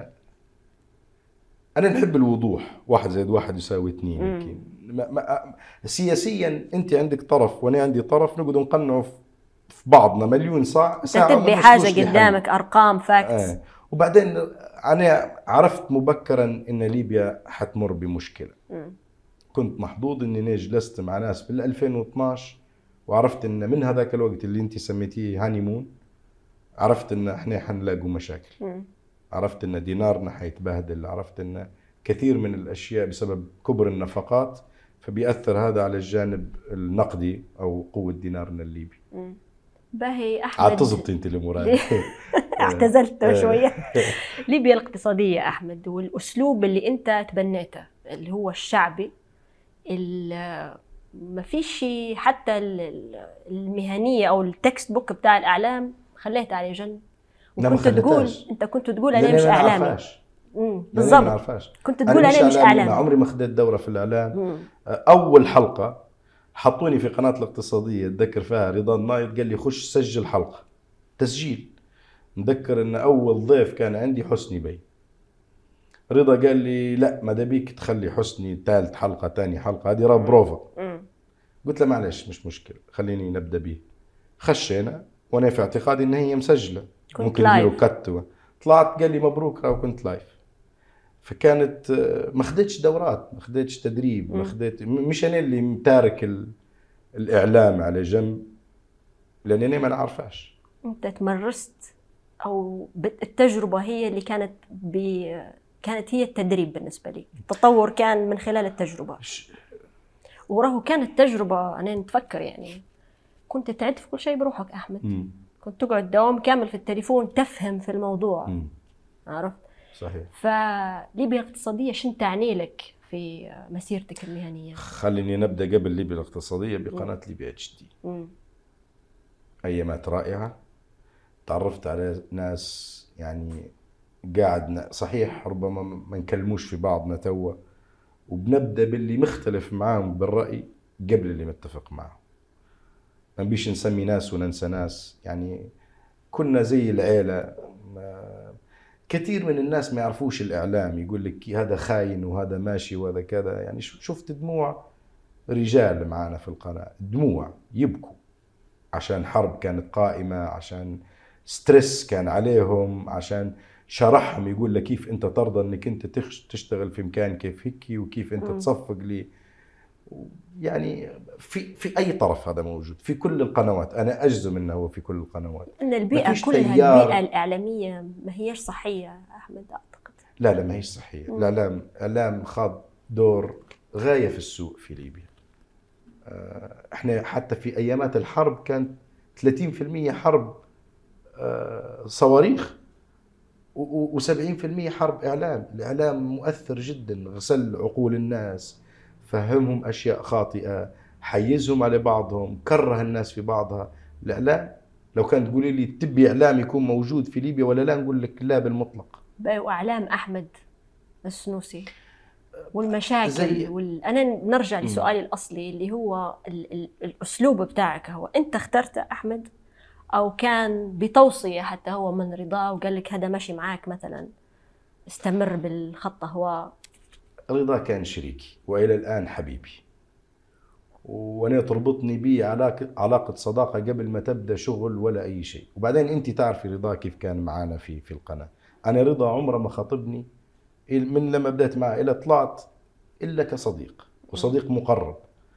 A: أنا نحب الوضوح، 1+1=2. سياسيا أنت عندك طرف وأنا عندي طرف، نقعد نقنعه في بعضنا مليون ساعة.
B: تبي حاجة قدامك أرقام فاكتس.
A: وبعدين أنا عرفت مبكرا إن ليبيا حتمر بمشكلة. كنت محظوظ إني جلست مع ناس بال 2012 وعرفت إن من هذاك الوقت اللي أنت سميتيه هانيمون، عرفت إن إحنا حنلاقوا مشاكل. عرفت إن دينارنا حيتبهدل، عرفت إن كثير من الأشياء بسبب كبر النفقات فبيأثر هذا على الجانب النقدي أو قوة دينارنا الليبي.
B: باهي أحمد،
A: عتزبط أنت الأمور.
B: اعتزلت شوية. ليبيا الاقتصادية أحمد، والأسلوب اللي أنت تبنيته اللي هو الشعبي، ما فيش حتى المهنية أو التكست بوك بتاع الإعلام خليت عليه جنب. وكنت تقول أنت كنت تقول أنا مش إعلامي. بالضبط. كنت تقول أنا مش إعلامي.
A: عمري ما خديت دورة في الإعلام. أول حلقة حطوني في قناة الاقتصادية، اتذكر فيها رضا النايط قال لي خش سجل حلقة تسجيل. نذكر ان اول ضيف كان عندي حسني بي. رضا قال لي لا ما دبيك تخلي حسني ثالث حلقة ثاني حلقة، هذه راه بروفا. قلت له معلش مش مشكلة خليني نبدأ به. خشينا وانا في اعتقادي ان هي مسجلة ممكن نديروا كت. طلعت قال لي مبروك راه كنت لايف. فكانت ما خديتش دورات، ما خديتش تدريب، ما خديت، مش انا اللي متارك الاعلام على جنب لاني انا ما نعرفاش.
B: انت تمرست او التجربة هي اللي كانت هي التدريب بالنسبة لي. التطور كان من خلال التجربة. وراه كانت تجربة. أنا نتفكر يعني كنت تعد في كل شيء بروحك أحمد. كنت تقعد دوام كامل في التليفون تفهم في الموضوع. عرفت؟
A: صحيح.
B: فليبيا الاقتصادية شن تعني لك في مسيرتك المهنية؟
A: خليني نبدأ قبل ليبيا الاقتصادية بقناة ليبيا اتش دي. أيامات رائعة. تعرفت على ناس يعني قاعد صحيح ربما ما نكلموش في بعضنا توا، وبنبدأ باللي مختلف معاهم بالرأي قبل اللي متفق معه. ما نبيش نسمي ناس وننسى ناس، يعني كنا زي العيلة. كثير من الناس ما يعرفوش الإعلام، يقول لك هذا خاين وهذا ماشي وهذا كذا. يعني شفت دموع رجال معانا في القناة، دموع يبكوا عشان حرب كانت قائمة، عشان ستريس كان عليهم، عشان شرحهم يقول لك كيف انت ترضى انك انت تشتغل في مكان كيف هيك، وكيف انت تصفق لي. يعني في اي طرف هذا موجود في كل القنوات. انا اجزم انه هو في كل القنوات.
B: ان البيئة كلها البيئة الاعلامية ما هيش صحية احمد اعتقد.
A: لا ما هيش صحية. الاعلام خاض دور غاية في السوء في ليبيا. احنا حتى في ايامات الحرب كانت 30% حرب صواريخ و70% حرب إعلام. الإعلام مؤثر جدا، غسل عقول الناس، فهمهم أشياء خاطئة، حيزهم على بعضهم، كره الناس في بعضها. الإعلام لو كان تقولي لي تبي إعلام يكون موجود في ليبيا ولا لا، نقول لك لا بالمطلق.
B: وإعلام أحمد السنوسي والمشاكل أنا نرجع لسؤالي الأصلي اللي هو الأسلوب بتاعك. هو أنت اخترت أحمد أو كان بتوصية حتى هو من رضا وقال لك هذا ماشي معاك مثلا استمر بالخطة؟ هو
A: رضا كان شريكي وإلى الآن حبيبي. وانا تربطني بيه علاقه صداقه قبل ما تبدا شغل ولا اي شيء. وبعدين انت تعرفي رضا كيف كان معانا في القناه. انا رضا عمره ما خاطبني من لما بدأت معه إلى طلعت إلا كصديق وصديق مقرب.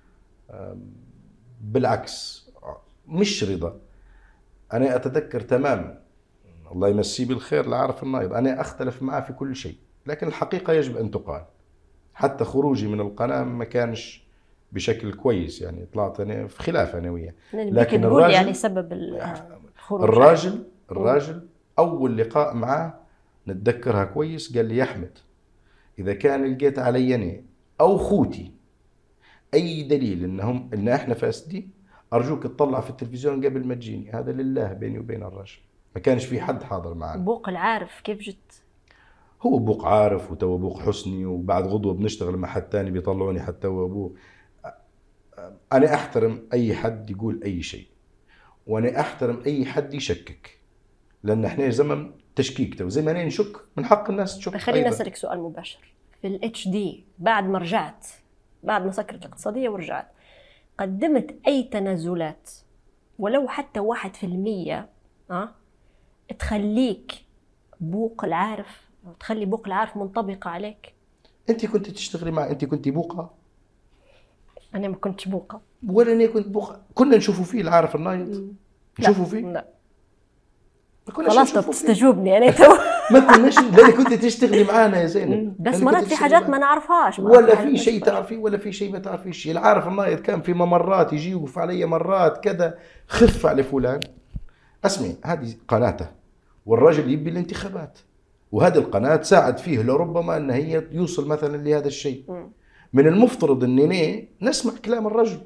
A: بالعكس مش رضا، أنا أتذكر تماما الله يمسيه بالخير لعارف النايض، أنا أختلف معه في كل شيء، لكن الحقيقة يجب أن تقال. حتى خروجي من القناة ما كانش بشكل كويس، يعني طلعت أنا في خلاف أنا وياه.
B: لكن الراجل يعني سبب الخروج
A: الراجل أول لقاء معه نتذكرها كويس، قال لي يا أحمد إذا كان لقيت علي أنا أو خوتي أي دليل إن إحنا فاسدين أرجوك تطلع في التلفزيون قبل ما تجيني. هذا لله بيني وبين الرجل، ما كانش في حد حاضر معنا.
B: بوق العارف كيف جت؟
A: هو بوق عارف وتو بوق حسني، وبعد غضوة بنشتغل مع حد تاني بيطلعوني حتى وابوه. أنا أحترم أي حد يقول أي شيء، وأنا أحترم أي حد يشكك، لأن إحنا زمن تشكيك تو، زي ما أنا نشك من حق الناس تشك.
B: خليني أسألك سؤال مباشر. في الاتش دي بعد ما رجعت، بعد ما سكرت الاقتصادية ورجعت، قدمت أي تنازلات ولو حتى 1% تخليك بوق العارف، أو تخلي بوق العارف منطبقة عليك؟
A: أنت كنت تشتغلي مع، أنت كنت بوقة؟
B: أنا ما كنتش بوقة
A: ولا أنا كنت بوقة. كنا نشوفوا فيه العارف النايض، نشوفوا فيه.
B: لا
A: خلاص
B: تستجوبني أنا تو
A: ما كناش. لا كنت تشتغلي معانا يا زينب،
B: بس مرات في حاجات ما نعرفهاش،
A: ولا في شيء تعرفيه ولا في شيء ما تعرفيش. العارف النايض كان في ممرات يجي يوقف علي مرات كذا، خف على فلان. اسمعي، هذه قناته والرجل يبي الانتخابات، وهذه القناة تساعد فيه لربما أن هي يوصل مثلا لهذا الشيء. من المفترض أنني نسمع كلام الرجل،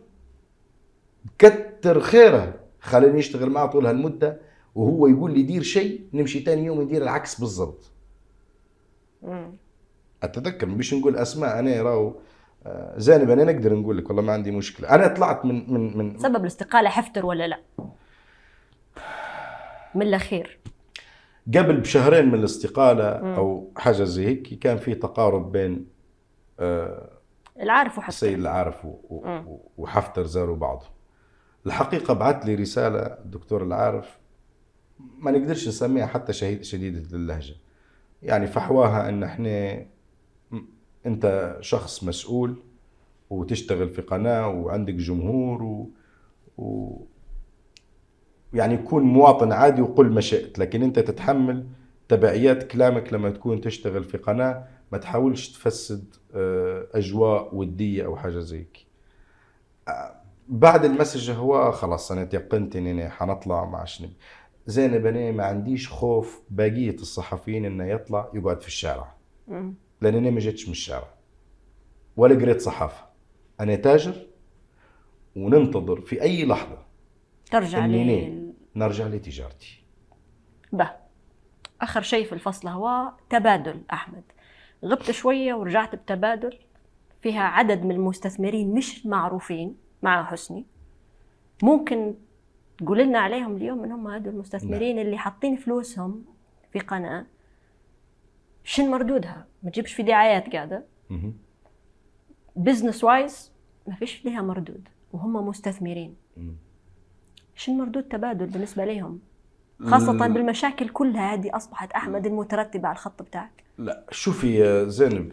A: كتر خيره خليني يشتغل معه طول هالمدة، وهو يقول لي دير شيء نمشي تاني يوم ندير العكس بالضبط. أتذكر مش نقول أسماء، أنا راو زينب أنا نقدر نقول لك والله ما عندي مشكلة. أنا طلعت من
B: سبب الاستقالة حفتر ولا لا؟ من الأخير
A: قبل بشهرين من الاستقالة أو حاجة زي هيك، كان في تقارب بين
B: العارف وحفتر،
A: السيد العارف وحفتر زاروا بعض. الحقيقة بعت لي رسالة الدكتور العارف، ما نقدرش نسميها حتى شديدة اللهجة، يعني فحواها ان احنا انت شخص مسؤول وتشتغل في قناة وعندك جمهور يعني كون مواطن عادي وقل ما شئت، لكن انت تتحمل تبعيات كلامك لما تكون تشتغل في قناة. ما تحاولش تفسد اجواء ودية او حاجة زيك. بعد المسج هو خلاص انا تيقنت اني حنطلع مع شنب. زينب انا ما عنديش خوف باقية الصحفيين انه يطلع يقعد في الشارع، لان انا ما جيتش من الشارع ولا قريت صحافة. انا تاجر وننتظر في اي لحظة
B: ترجع
A: نرجع لتجارتي.
B: اخر شيء في الفصل هو تبادل. احمد غبت شوية ورجعت بتبادل فيها عدد من المستثمرين مش معروفين مع حسني، ممكن تقول لنا عليهم اليوم من هم هذول المستثمرين اللي حاطين فلوسهم في قناة؟ شن مردودها؟ ما تجيبش في دعايات قاعدة بزنس وايز ما فيش لها مردود وهم مستثمرين. شن مردود تبادل بالنسبة لهم، خاصة بالمشاكل كلها هذه أصبحت أحمد المترتبة على الخط بتاعك؟
A: لا شوفي يا زينب،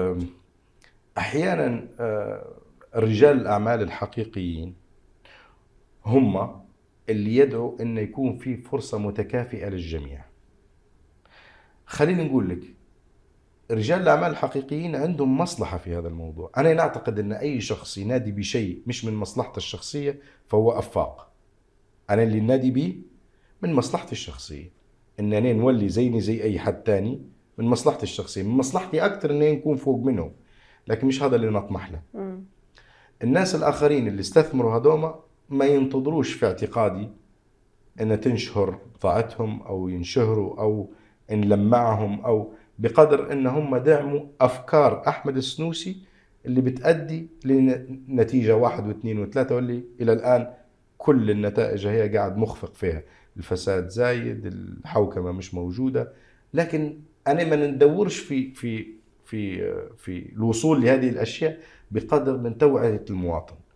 A: أحيانا رجال الأعمال الحقيقيين هم اللي يدعوا أن يكون في فرصة متكافئة للجميع. خليني نقول لك، رجال الأعمال الحقيقيين عندهم مصلحة في هذا الموضوع. أنا نعتقد أن أي شخص ينادي بشيء مش من مصلحته الشخصية فهو أفاق. أنا اللي نادي به من مصلحتي الشخصية، أن أنا نولي زيني زي أي حد تاني، من مصلحتي الشخصية، من مصلحتي أكتر أن نكون فوق منهم، لكن مش هذا اللي نطمح له. الناس الآخرين اللي استثمروا هدوما ما ينتظروش في اعتقادي أن تنشهر بضاعتهم أو ينشهروا أو نلمعهم، أو بقدر أن هم دعموا أفكار أحمد السنوسي اللي بتأدي لنتيجة 1 و2 و3، واللي إلى الآن كل النتائج هي قاعد مخفق فيها. الفساد زايد، الحوكمة مش موجودة، لكن أنا ما ندورش في الوصول لهذه الأشياء بقدر من توعية المواطن.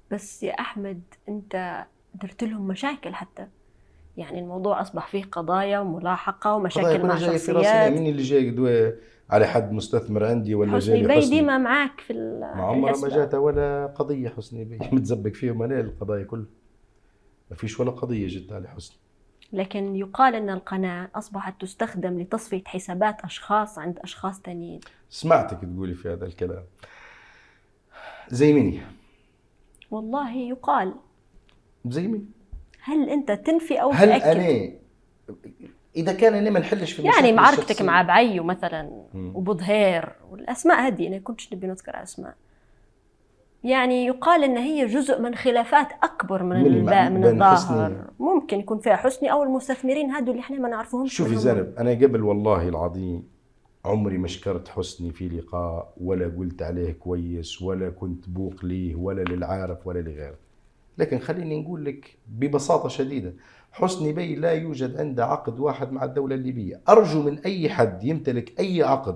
B: بس يا أحمد أنت درت لهم مشاكل حتى، يعني الموضوع أصبح فيه قضايا وملاحقة
A: قضايا
B: ومشاكل
A: كلها
B: مع
A: جاية في راسي،
B: شخصيات.
A: مين اللي جاي قدوة على حد مستثمر عندي ولا
B: حسني
A: جالي
B: بي
A: حسني؟
B: ديما معاك في
A: ما عمره ما
B: الأسباب.
A: جاته ولا قضية حسني بي متزبق فيهم أنا القضايا كلها، ما فيش ولا قضية جت على حسني.
B: لكن يقال أن القناة أصبحت تستخدم لتصفية حسابات أشخاص عند أشخاص تانيين.
A: سمعتك تقولي في هذا الكلام، زي مني؟
B: والله يقال.
A: زي مني؟
B: هل أنت تنفي أو
A: هل
B: تأكد؟
A: أنا إذا كان أنا ما نحلش في
B: يعني
A: مشاكل
B: معركتك
A: الشخصية
B: مع بعيو مثلا وبظهير والأسماء هذه أنا كنتش نبي نذكر أسماء، يعني يقال أن هي جزء من خلافات أكبر من
A: بين حسني.
B: الظاهر، ممكن يكون فيها حسني أو المستثمرين هذو اللي احنا ما نعرفهمش.
A: شوفي زينب، أنا قبل والله العظيم عمري ما شكرت حسني في لقاء، ولا قلت عليه كويس، ولا كنت بوق ليه ولا للعارف ولا لغيره. لكن خليني نقول لك ببساطة شديدة، حسني بي لا يوجد عنده عقد واحد مع الدولة الليبية. أرجو من أي حد يمتلك أي عقد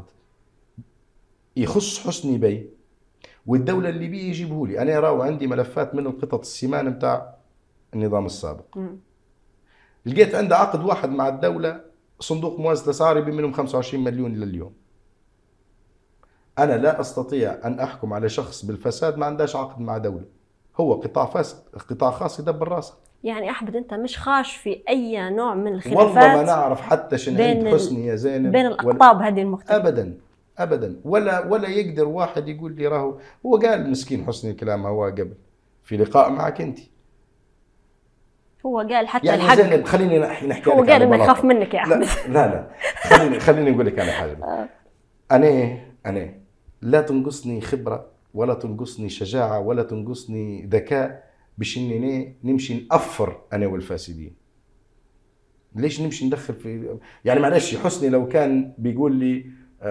A: يخص حسني بي والدولة الليبية يجيبه لي. أنا راو عندي ملفات من القطط السمان متاع النظام السابق. لقيت عنده عقد واحد مع الدولة، صندوق موازنة الأسعار منهم 25 مليون لليوم. أنا لا أستطيع أن أحكم على شخص بالفساد ما عندهاش عقد مع دولة. هو قطاع فاسد، قطاع خاص يدبر راسه.
B: يعني أحمد أنت مش خاش في أي نوع من الخلافات
A: والله ما نعرف حتى شن عند حسني يا زينب
B: بين الأقطاب هذه المختلفة
A: أبدا أبدا. ولا يقدر واحد يقول لي راهو هو قال مسكين حسني الكلام هو قبل في لقاء معك أنت.
B: هو قال حتى
A: يعني
B: الحق.
A: زينب خليني نحكي
B: هو
A: لك
B: قال إنه يخاف منك يا أحمد.
A: لا خليني نقول لك على حاجة. أنا لا تنقصني خبرة ولا تنقصني شجاعة ولا تنقصني ذكاء باش إني نمشي نأفر أنا والفاسدين. ليش نمشي ندخل في يعني معلش حسني لو كان بيقول لي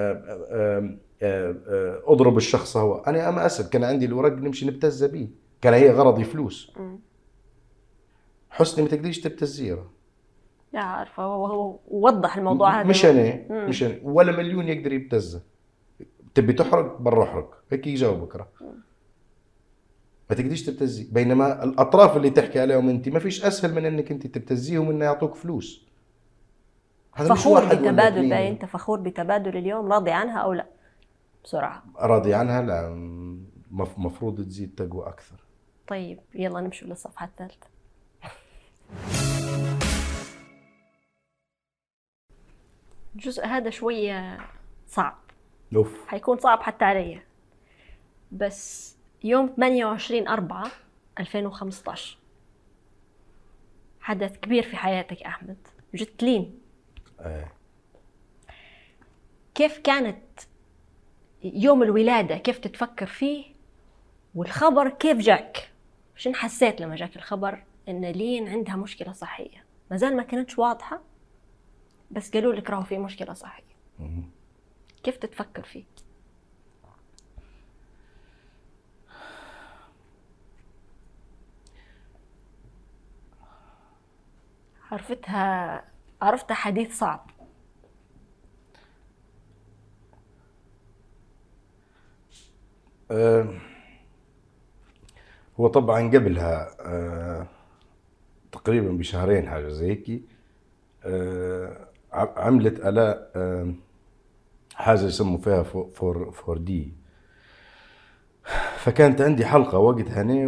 A: اضرب الشخص هو، انا اما اسد كان عندي الورق نمشي نبتز بيه، كان هي غرضي فلوس. حسني ما تقدريش تبتزيه.
B: لا عارفه، هو وضح الموضوع هذا.
A: مش أنا ولا مليون يقدر يبتزه. تبي تحرق برا احرق، هيك يجاوبك راه ما تقدريش تبتزيه. بينما الاطراف اللي تحكي عليهم انت ما فيش اسهل من انك انت تبتزيهم انه يعطوك فلوس. هذا مش واحد
B: بتبادل باي. انت فخور بتبادل اليوم، راضي عنها او لا؟ بسرعه.
A: راضي عنها؟ لا، مفروض تزيد تقوى اكثر.
B: طيب يلا نمشي للصفحه الثالثه. الجزء هذا شويه صعب. حيكون صعب حتى علي. بس يوم 28/4/2015 حدث كبير في حياتك أحمد، جت لين. كيف كانت يوم الولادة؟ كيف تتفكر فيه؟ والخبر كيف جاك؟ شن حسيت لما جاك الخبر إن لين عندها مشكلة صحية؟ مازال ما كانتش واضحة بس قالوا لك راهو في مشكلة صحية. كيف تتفكر فيه؟ عرفتها حديث صعب.
A: هو طبعا قبلها تقريبا بشهرين حاجة زي هيك عملت آلاء حاجة يسموا فيها فور دي. فكانت عندي حلقة وقتها أنا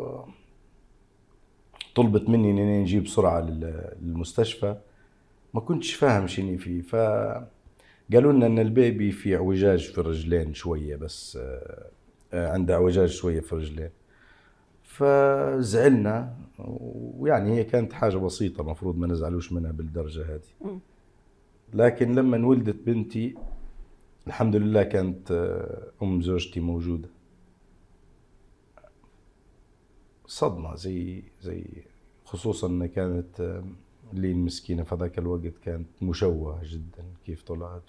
A: طلبت مني اني نجيب بسرعه للمستشفى. ما كنتش فاهم شنو فيه، فقالوا لنا ان البيبي في اعوجاج في الرجلين شويه، بس عنده اعوجاج شويه في الرجلين. فزعلنا، ويعني هي كانت حاجه بسيطه مفروض ما نزعلوش منها بالدرجه هذه. لكن لما ولدت بنتي الحمد لله كانت ام زوجتي موجوده. صدمة زي خصوصا ان كانت لين مسكينة في ذاك الوقت كانت مشوهة جدا كيف طلعت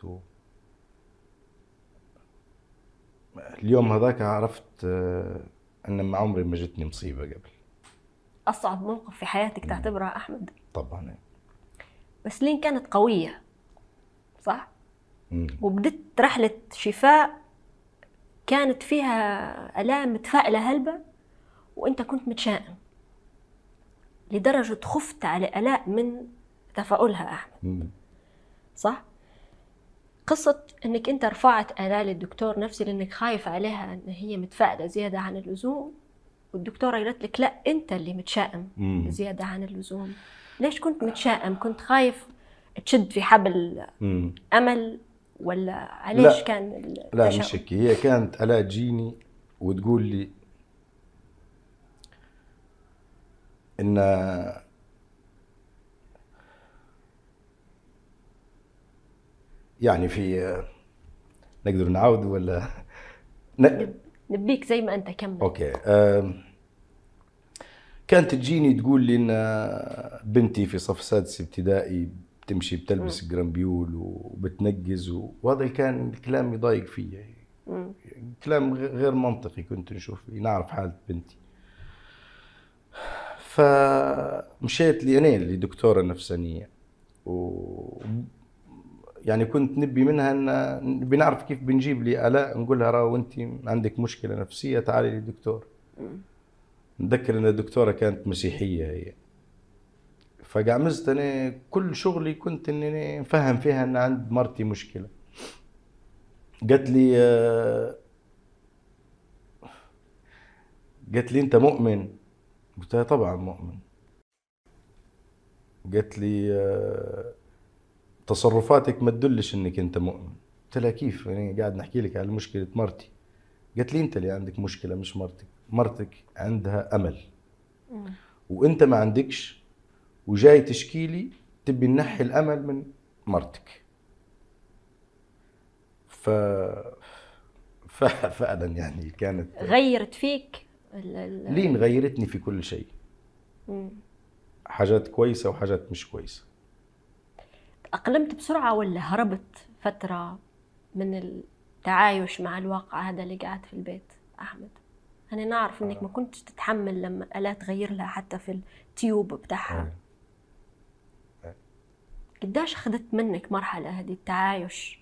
A: اليوم هذاك عرفت ان مع عمري ما جتني مصيبة قبل.
B: اصعب موقف في حياتك تعتبرها احمد؟
A: طبعا.
B: بس لين كانت قوية صح؟ وبدت رحلة شفاء كانت فيها آلام متفائلة هلبة، وانت كنت متشائم لدرجة خفت على آلاء من تفاؤلها أحمد، صح؟ قصة انك انت رفعت آلاء للدكتور نفسي لانك خايف عليها ان هي متفائلة زيادة عن اللزوم، والدكتورة قالت لك لا انت اللي متشائم زيادة عن اللزوم. ليش كنت متشائم؟ كنت خايف تشد في حبل امل ولا عليش؟
A: لا
B: كان
A: لا
B: التشاؤم؟
A: مش هيك. هي كانت آلاء تجيني وتقول لي ان يعني في نقدر نعاود ولا
B: نبيك زي ما انت كمل.
A: اوكي. كانت تجيني تقول لي ان بنتي في صف سادس ابتدائي بتمشي بتلبس جرامبيول وبتنقز، وهذا كان الكلام يضايق فيا، كلام غير منطقي. كنت نشوف نعرف حالة بنتي، فمشيت لي أنا لدكتورة نفسانية، يعني كنت نبي منها ان بنعرف كيف بنجيب لي آلاء، نقول لها راه وانت عندك مشكلة نفسية تعالي للدكتور. نذكر ان الدكتورة كانت مسيحية هي، فقعمزت انا كل شغلي كنت اني نفهم فيها ان عند مرتي مشكلة. قالت لي انت مؤمن؟ قلت لها طبعا مؤمن. قالت لي تصرفاتك ما تدلش انك انت مؤمن. قلت لها كيف؟ يعني قاعد نحكي لك على مشكلة مرتي. قالت لي انت اللي عندك مشكلة مش مرتك، مرتك عندها امل وانت ما عندكش، وجاي تشكي لي تبي ننحي الامل من مرتك. فعلا يعني كانت
B: غيرت فيك
A: لين غيرتني في كل شيء، حاجات كويسة وحاجات مش كويسة.
B: أقلمت بسرعة ولا هربت فترة من التعايش مع الواقع هذا اللي قاعد في البيت أحمد؟ أنا نعرف إنك ما كنتش تتحمل لما آلاء تغير لها حتى في التيوب بتاعها. قداش أخذت منك مرحلة هذه التعايش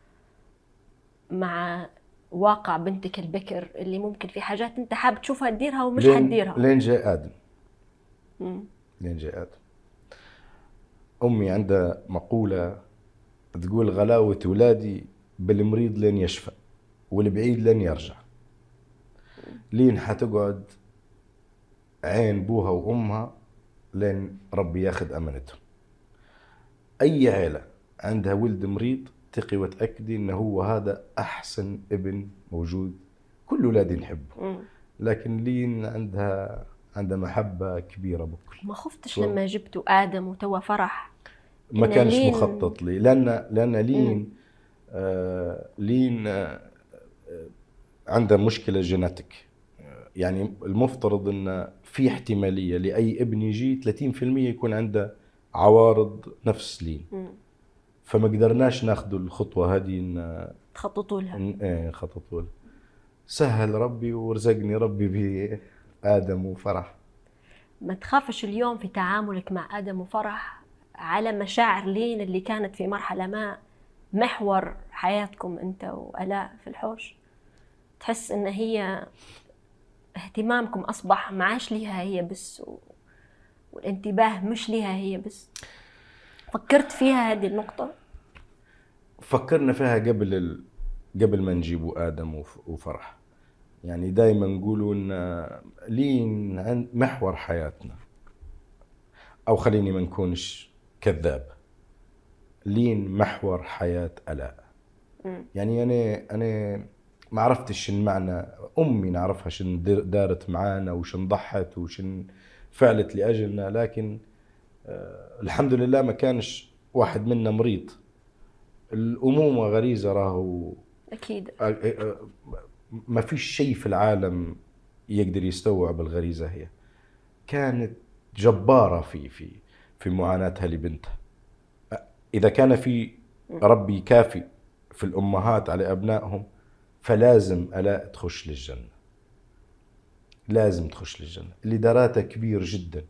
B: مع واقع بنتك البكر اللي ممكن في حاجات أنت حابب تشوفها تديرها ومش حتديرها؟
A: لين جاء آدم. لين جاء آدم. أمي عندها مقولة تقول غلاوة ولادي بالمريض لين يشفى والبعيد لين يرجع. لين حتقعد عين بوها وأمها لين ربي ياخذ أمانتهم. أي عائلة عندها ولد مريض تقي وتأكدي إنه هو هذا أحسن ابن موجود، كل أولادي نحبه، لكن لين عندها محبة كبيرة بكل.
B: ما خفتش لما جبتوا آدم وتوا فرح؟
A: ما كانش مخطط لي، لأن لين عندها مشكلة جيناتيك. يعني المفترض إن في احتمالية لأي ابن يجي 30% يكون عنده عوارض نفس لين. فما قدرناش ناخذ الخطوة هذه إن
B: تخططوا لها.
A: خططوا لها. سهل ربي ورزقني ربي بآدم وفرح.
B: ما تخافش اليوم في تعاملك مع آدم وفرح على مشاعر لين اللي كانت في مرحلة ما محور حياتكم أنت وآلاء في الحوش؟ تحس إن هي اهتمامكم أصبح معاش ليها هي بس والانتباه مش ليها هي بس؟ فكرت فيها هذه النقطة؟
A: فكرنا فيها قبل ما نجيبوا آدم وفرح. يعني دايما نقولوا إن لين عند محور حياتنا، أو خليني ما نكونش كذاب، لين محور حياة آلاء. يعني أنا ما عرفتش شن معنى أمي، نعرفها شن دارت معانا وشن ضحت وشن فعلت لأجلنا، لكن الحمد لله ما كانش واحد منا مريض. الأمومة غريزة راهو
B: أكيد.
A: ما فيش شيء في العالم يقدر يستوعب الغريزة. هي كانت جبارة في معاناتها لبنتها. إذا كان في ربي كافي في الأمهات على أبنائهم، فلازم آلاء تخش للجنة، لازم تخش للجنة. اللي داراتها كبير جدا.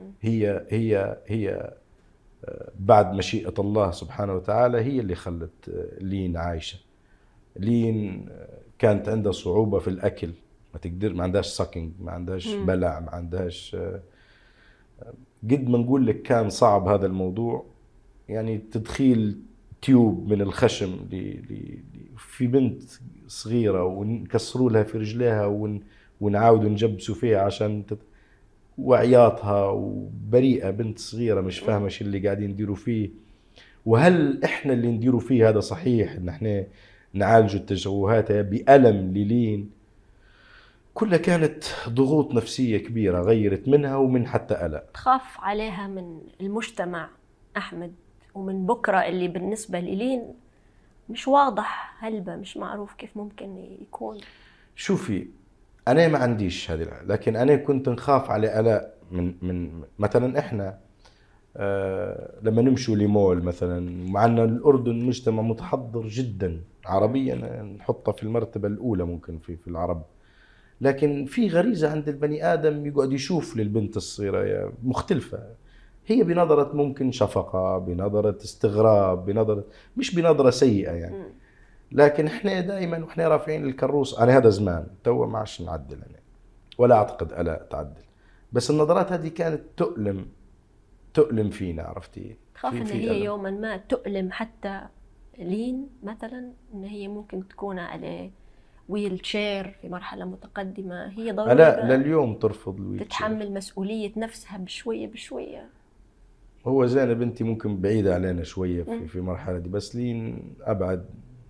A: هي بعد مشيئة الله سبحانه وتعالى هي اللي خلت لين عايشة. لين كانت عندها صعوبة في الأكل، ما تقدر، ما عندهاش ساكينج، ما عندهاش بلع، ما عندهاش قد ما نقول لك كان صعب هذا الموضوع. يعني تدخيل تيوب من الخشم في بنت صغيرة ونكسروا لها في رجليها ونعاودوا نجبسوا فيها عشان وعياطها، وبريئة بنت صغيرة مش فاهمة شو اللي قاعدين نديروا فيه. وهل احنا اللي نديروا فيه هذا صحيح ان احنا نعالجوا التشوهات بألم لين؟ كلها كانت ضغوط نفسية كبيرة غيرت منها ومن حتى ألم.
B: تخاف عليها من المجتمع أحمد، ومن بكرة اللي بالنسبة للين مش واضح، هلبة مش معروف كيف ممكن يكون.
A: شوفي أنا ما عنديش هذه، لكن أنا كنت نخاف على آلاء من مثلا إحنا لما نمشوا لمول مثلا، مع أن الأردن مجتمع متحضر جدا عربيا، نحطه في المرتبة الأولى ممكن في العرب، لكن في غريزة عند البني آدم يقعد يشوف للبنت الصغيرة مختلفة، هي بنظرة ممكن شفقة، بنظرة استغراب، بنظرة مش بنظرة سيئة يعني. لكن احنا دائما واحنا رافعين الكروس، انا هذا زمان تو ما عادش نعدل انا، ولا اعتقد الا تعدل، بس النظرات هذه كانت تؤلم فينا، عرفتي؟
B: تخاف ان
A: في
B: هي
A: ألم.
B: يوما ما تؤلم حتى لين مثلا، ان هي ممكن تكون على ويل تشير في مرحلة متقدمة، هي ضروري
A: لا لليوم ترفض الويل
B: تتحمل
A: تشير.
B: مسؤولية نفسها بشوية بشوية.
A: هو زينة بنتي ممكن بعيدة علينا شوية في المرحلة دي، بس لين أبعد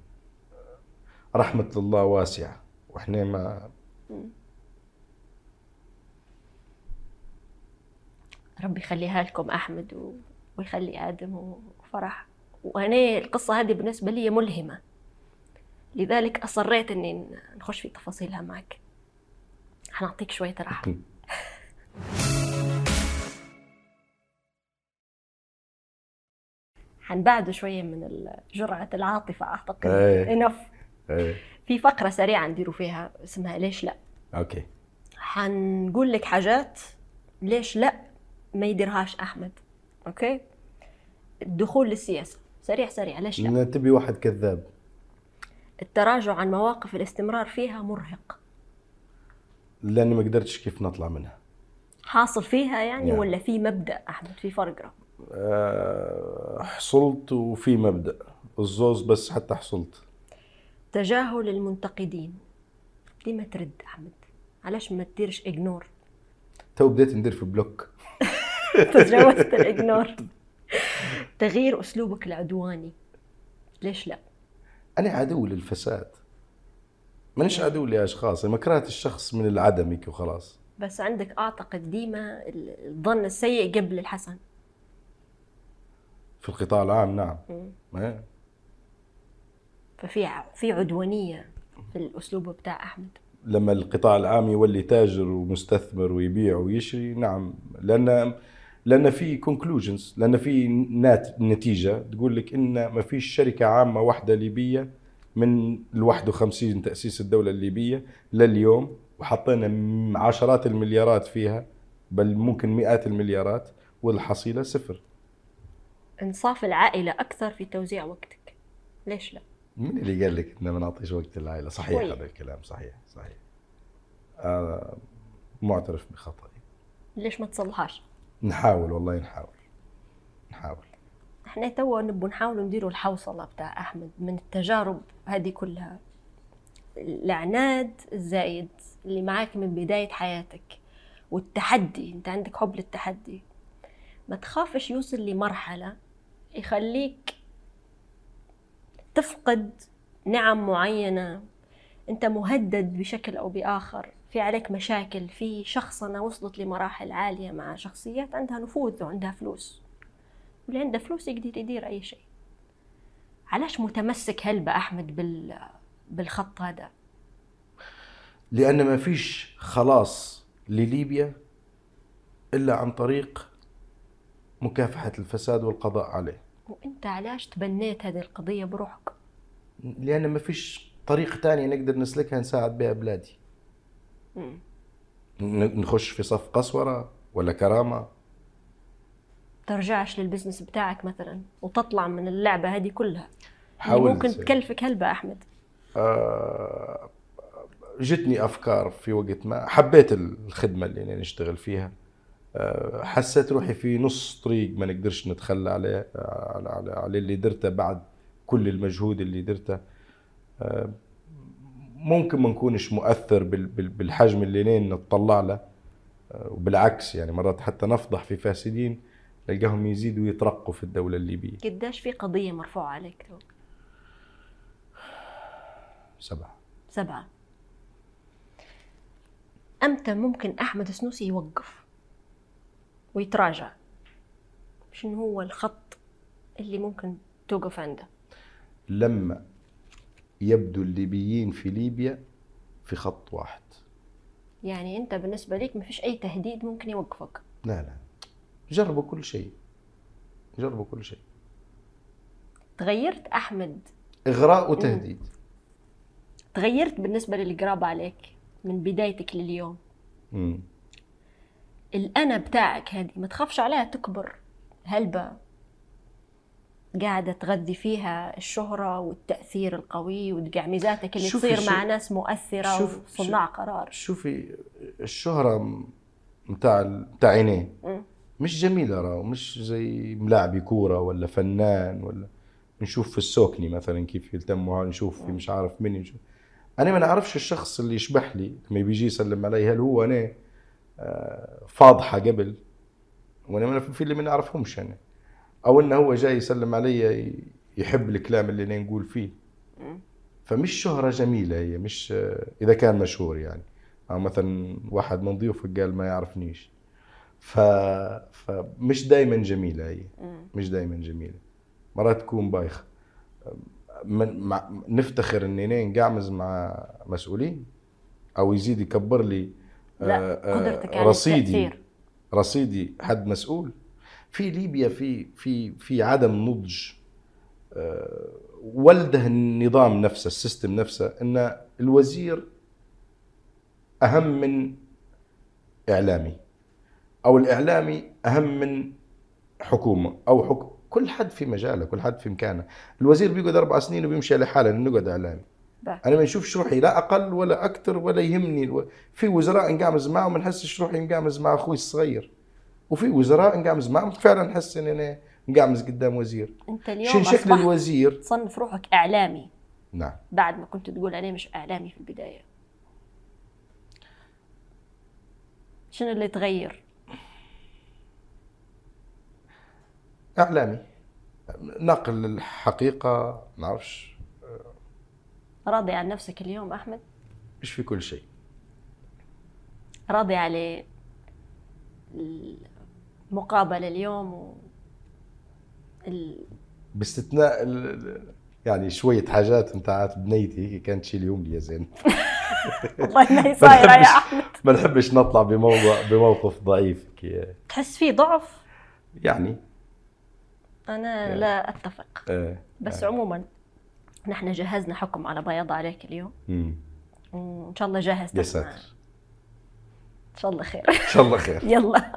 A: رحمة الله واسعة، وإحنا ما.
B: ربي يخليها لكم أحمد ويخلي آدم وفرح. وأنا القصة هذه بالنسبة لي ملهمة، لذلك أصريت أني نخش في تفاصيلها معك. حنعطيك شوية راحة. حنبعد شوية من جرعة العاطفة أعتقد. إنف. في فقرة سريعة نديروا فيها اسمها ليش لا.
A: أوكي.
B: حنقول لك حاجات ليش لا ما يديرهاش أحمد. أوكي. الدخول للسياسة سريع سريع، ليش لا؟
A: تبي واحد كذاب.
B: التراجع عن مواقف الاستمرار فيها مرهق.
A: لأني ما قدرتش كيف نطلع منها.
B: حاصل فيها يعني ولا في مبدأ أحمد؟ في فرق.
A: حصلت وفي مبدأ الزوز، بس حتى حصلت.
B: تجاهل المنتقدين. ديما ترد أحمد، علاش ما تديرش إجنور؟
A: تو بديت ندير في بلوك.
B: تجاوزت الإجنور. تغيير أسلوبك العدواني. ليش لا؟
A: أنا عدو للفساد، مانيش عدو لأشخاص، ما كرهت الشخص من العدم هيك وخلاص.
B: بس عندك أعتقد ديما الظن السيء قبل الحسن.
A: في القطاع العام نعم.
B: ففي عدوانية في الأسلوب بتاع أحمد.
A: لما القطاع العام يولي تاجر ومستثمر ويبيع ويشري، نعم، لأن في conclusions، لأن في نتيجة تقول لك إن ما فيش شركة عامة واحدة ليبية من 51 تأسيس الدولة الليبية لليوم، وحطينا عشرات المليارات فيها، بل ممكن مئات المليارات، والحصيلة صفر.
B: انصاف العائلة أكثر في توزيع وقتك. ليش لا؟
A: من اللي قال لك إن ما نعطيش وقت للعائلة؟ صحيح هذا الكلام، صحيح. معترف بخطئي.
B: ليش ما تصلحاش؟
A: نحاول والله، نحاول.
B: احنا توا نبو نحاول نديروا الحوصلة بتاع أحمد من التجارب هذه كلها، العناد الزايد اللي معاك من بداية حياتك، والتحدي، انت عندك حب للتحدي. ما تخافش يوصل لمرحلة يخليك تفقد نعم معينة، انت مهدد بشكل او باخر، في عليك مشاكل، في شخصنة وصلت لمراحل عالية مع شخصيات عندها نفوذ وعندها فلوس، واللي عنده فلوس يقدر يدير اي شيء. علاش متمسك هلبة أحمد بالخط هذا؟
A: لأن ما فيش خلاص لليبيا إلا عن طريق مكافحة الفساد والقضاء عليه.
B: وانت علاش تبنيت هذه القضية بروحك؟
A: لأن ما فيش طريق تاني نقدر نسلكها نساعد بها بلادي. نخش في صف قسورة ولا كرامة؟
B: ترجعش للبزنس بتاعك مثلا وتطلع من اللعبة هذه كلها اللي
A: حاولت.
B: ممكن تكلفك هلبة أحمد.
A: جتني أفكار في وقت ما حبيت الخدمة اللي أنا نشتغل فيها. حسيت روحي في نص طريق ما نقدرش نتخلى عليه، على اللي درته بعد كل المجهود اللي درته. ممكن ما نكونش مؤثر بالحجم اللي لين نتطلع له، وبالعكس يعني مرات حتى نفضح في فاسدين نلقاهم يزيدوا يترقوا في الدولة الليبية.
B: قداش في قضية مرفوعة عليك تو؟
A: 7.
B: أمتى ممكن أحمد السنوسي يوقف ويتراجع؟ شنو هو الخط اللي ممكن توقف عنده؟
A: لما يبدو الليبيين في ليبيا في خط واحد.
B: يعني أنت بالنسبة لك ما فيش أي تهديد ممكن يوقفك؟
A: لا، جربوا كل شيء،
B: تغيرت أحمد؟
A: إغراء وتهديد.
B: تغيرت بالنسبة للقرابة عليك من بدايتك لليوم. الأنا بتاعك هذه ما تخافش عليها تكبر هلبة قاعدة تغذي فيها الشهرة والتأثير القوي وتقعميزاتك اللي تصير مع ناس مؤثرة وصناع قرار؟
A: شوفي الشهرة متاع عينين مش جميلة، راه مش زي ملاعبي كورة ولا فنان، ولا نشوف في السوكني مثلا كيف يلتموا، نشوف في مش عارف مني نشوف. أنا ما نعرفش الشخص اللي يشبح لي لما بيجي يسلم علي هل هو أنا فاضحة قبل، وأنا في اللي ما نعرفهمش أنا، أو إنه هو جاي يسلم علي يحب الكلام اللي أنا نقول فيه. فمش شهرة جميلة هي، مش إذا كان مشهور يعني، أو مثلا واحد من ضيوفك قال ما يعرفنيش، فمش دايما جميلة هي، مش دايما جميلة، مرات تكون بايخة. نفتخر اني نقعمز مع مسؤولين او يزيد يكبر لي
B: قدرتك على
A: رصيدي حد مسؤول في ليبيا. في عدم نضج ولده النظام نفسه، السيستم نفسه، ان الوزير اهم من اعلامي، او الاعلامي اهم من حكومه او كل حد في مجاله، كل حد في مكانه. الوزير بيقعد 4 سنين وبيمشي على حاله نقعد اعلامي. انا ما نشوفش روحي لا اقل ولا اكثر ولا يهمني. في وزراء نقعمز معهم ما نحسش روحي نقعمز مع اخوي الصغير، وفي وزراء نقعمز معهم فعلا نحس ان انا نقعمز قدام وزير.
B: انت اليوم
A: شكل الوزير
B: تصنف روحك اعلامي.
A: نعم.
B: بعد ما كنت تقول انا مش اعلامي في البدايه، شنو اللي تغير؟
A: اعلامي نقل الحقيقه، ما اعرفش.
B: راضي عن نفسك اليوم احمد؟
A: مش في كل شيء
B: راضي على المقابله اليوم
A: باستثناء يعني شويه حاجات نتاعت بنيتي كانت تشيلهم لي زين.
B: والله ما هي صايره يا احمد.
A: ما نحبش نطلع بموقف ضعيف
B: تحس فيه ضعف
A: يعني.
B: أنا لا أتفق. بس عموما نحن جهزنا حكم على بياض عليك اليوم، وإن شاء الله جاهز تسمع. إن شاء الله خير.
A: إن شاء الله خير.
B: يلا.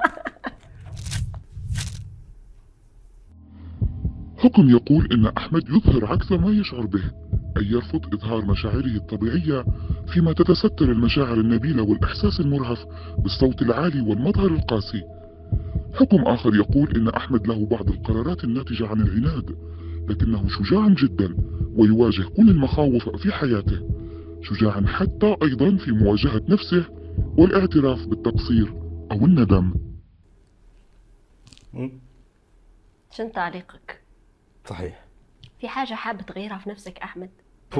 C: حكم يقول إن أحمد يظهر عكس ما يشعر به، أي يرفض إظهار مشاعره الطبيعية، فيما تتستر المشاعر النبيلة والإحساس المرهف بالصوت العالي والمظهر القاسي. حكم آخر يقول إن أحمد له بعض القرارات الناتجة عن العناد، لكنه شجاع جدا ويواجه كل المخاوف في حياته، شجاع حتى أيضا في مواجهة نفسه والاعتراف بالتقصير أو الندم.
B: شنو تعليقك؟
A: صحيح.
B: في حاجة حابة تغيرها في نفسك أحمد؟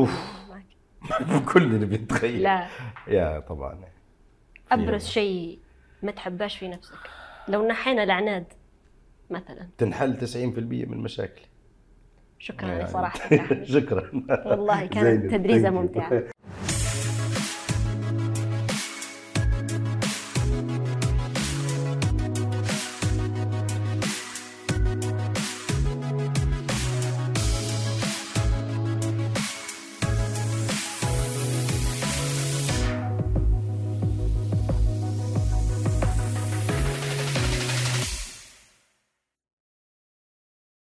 A: كل اللي بيتغير.
B: لا
A: يا طبعا.
B: أبرز شيء ما تحباش في نفسك لو نحينا العناد مثلا؟
A: تنحل 90% من مشاكلي.
B: شكرا لصراحتك.
A: شكرا
B: والله كانت تدريسة ممتعة.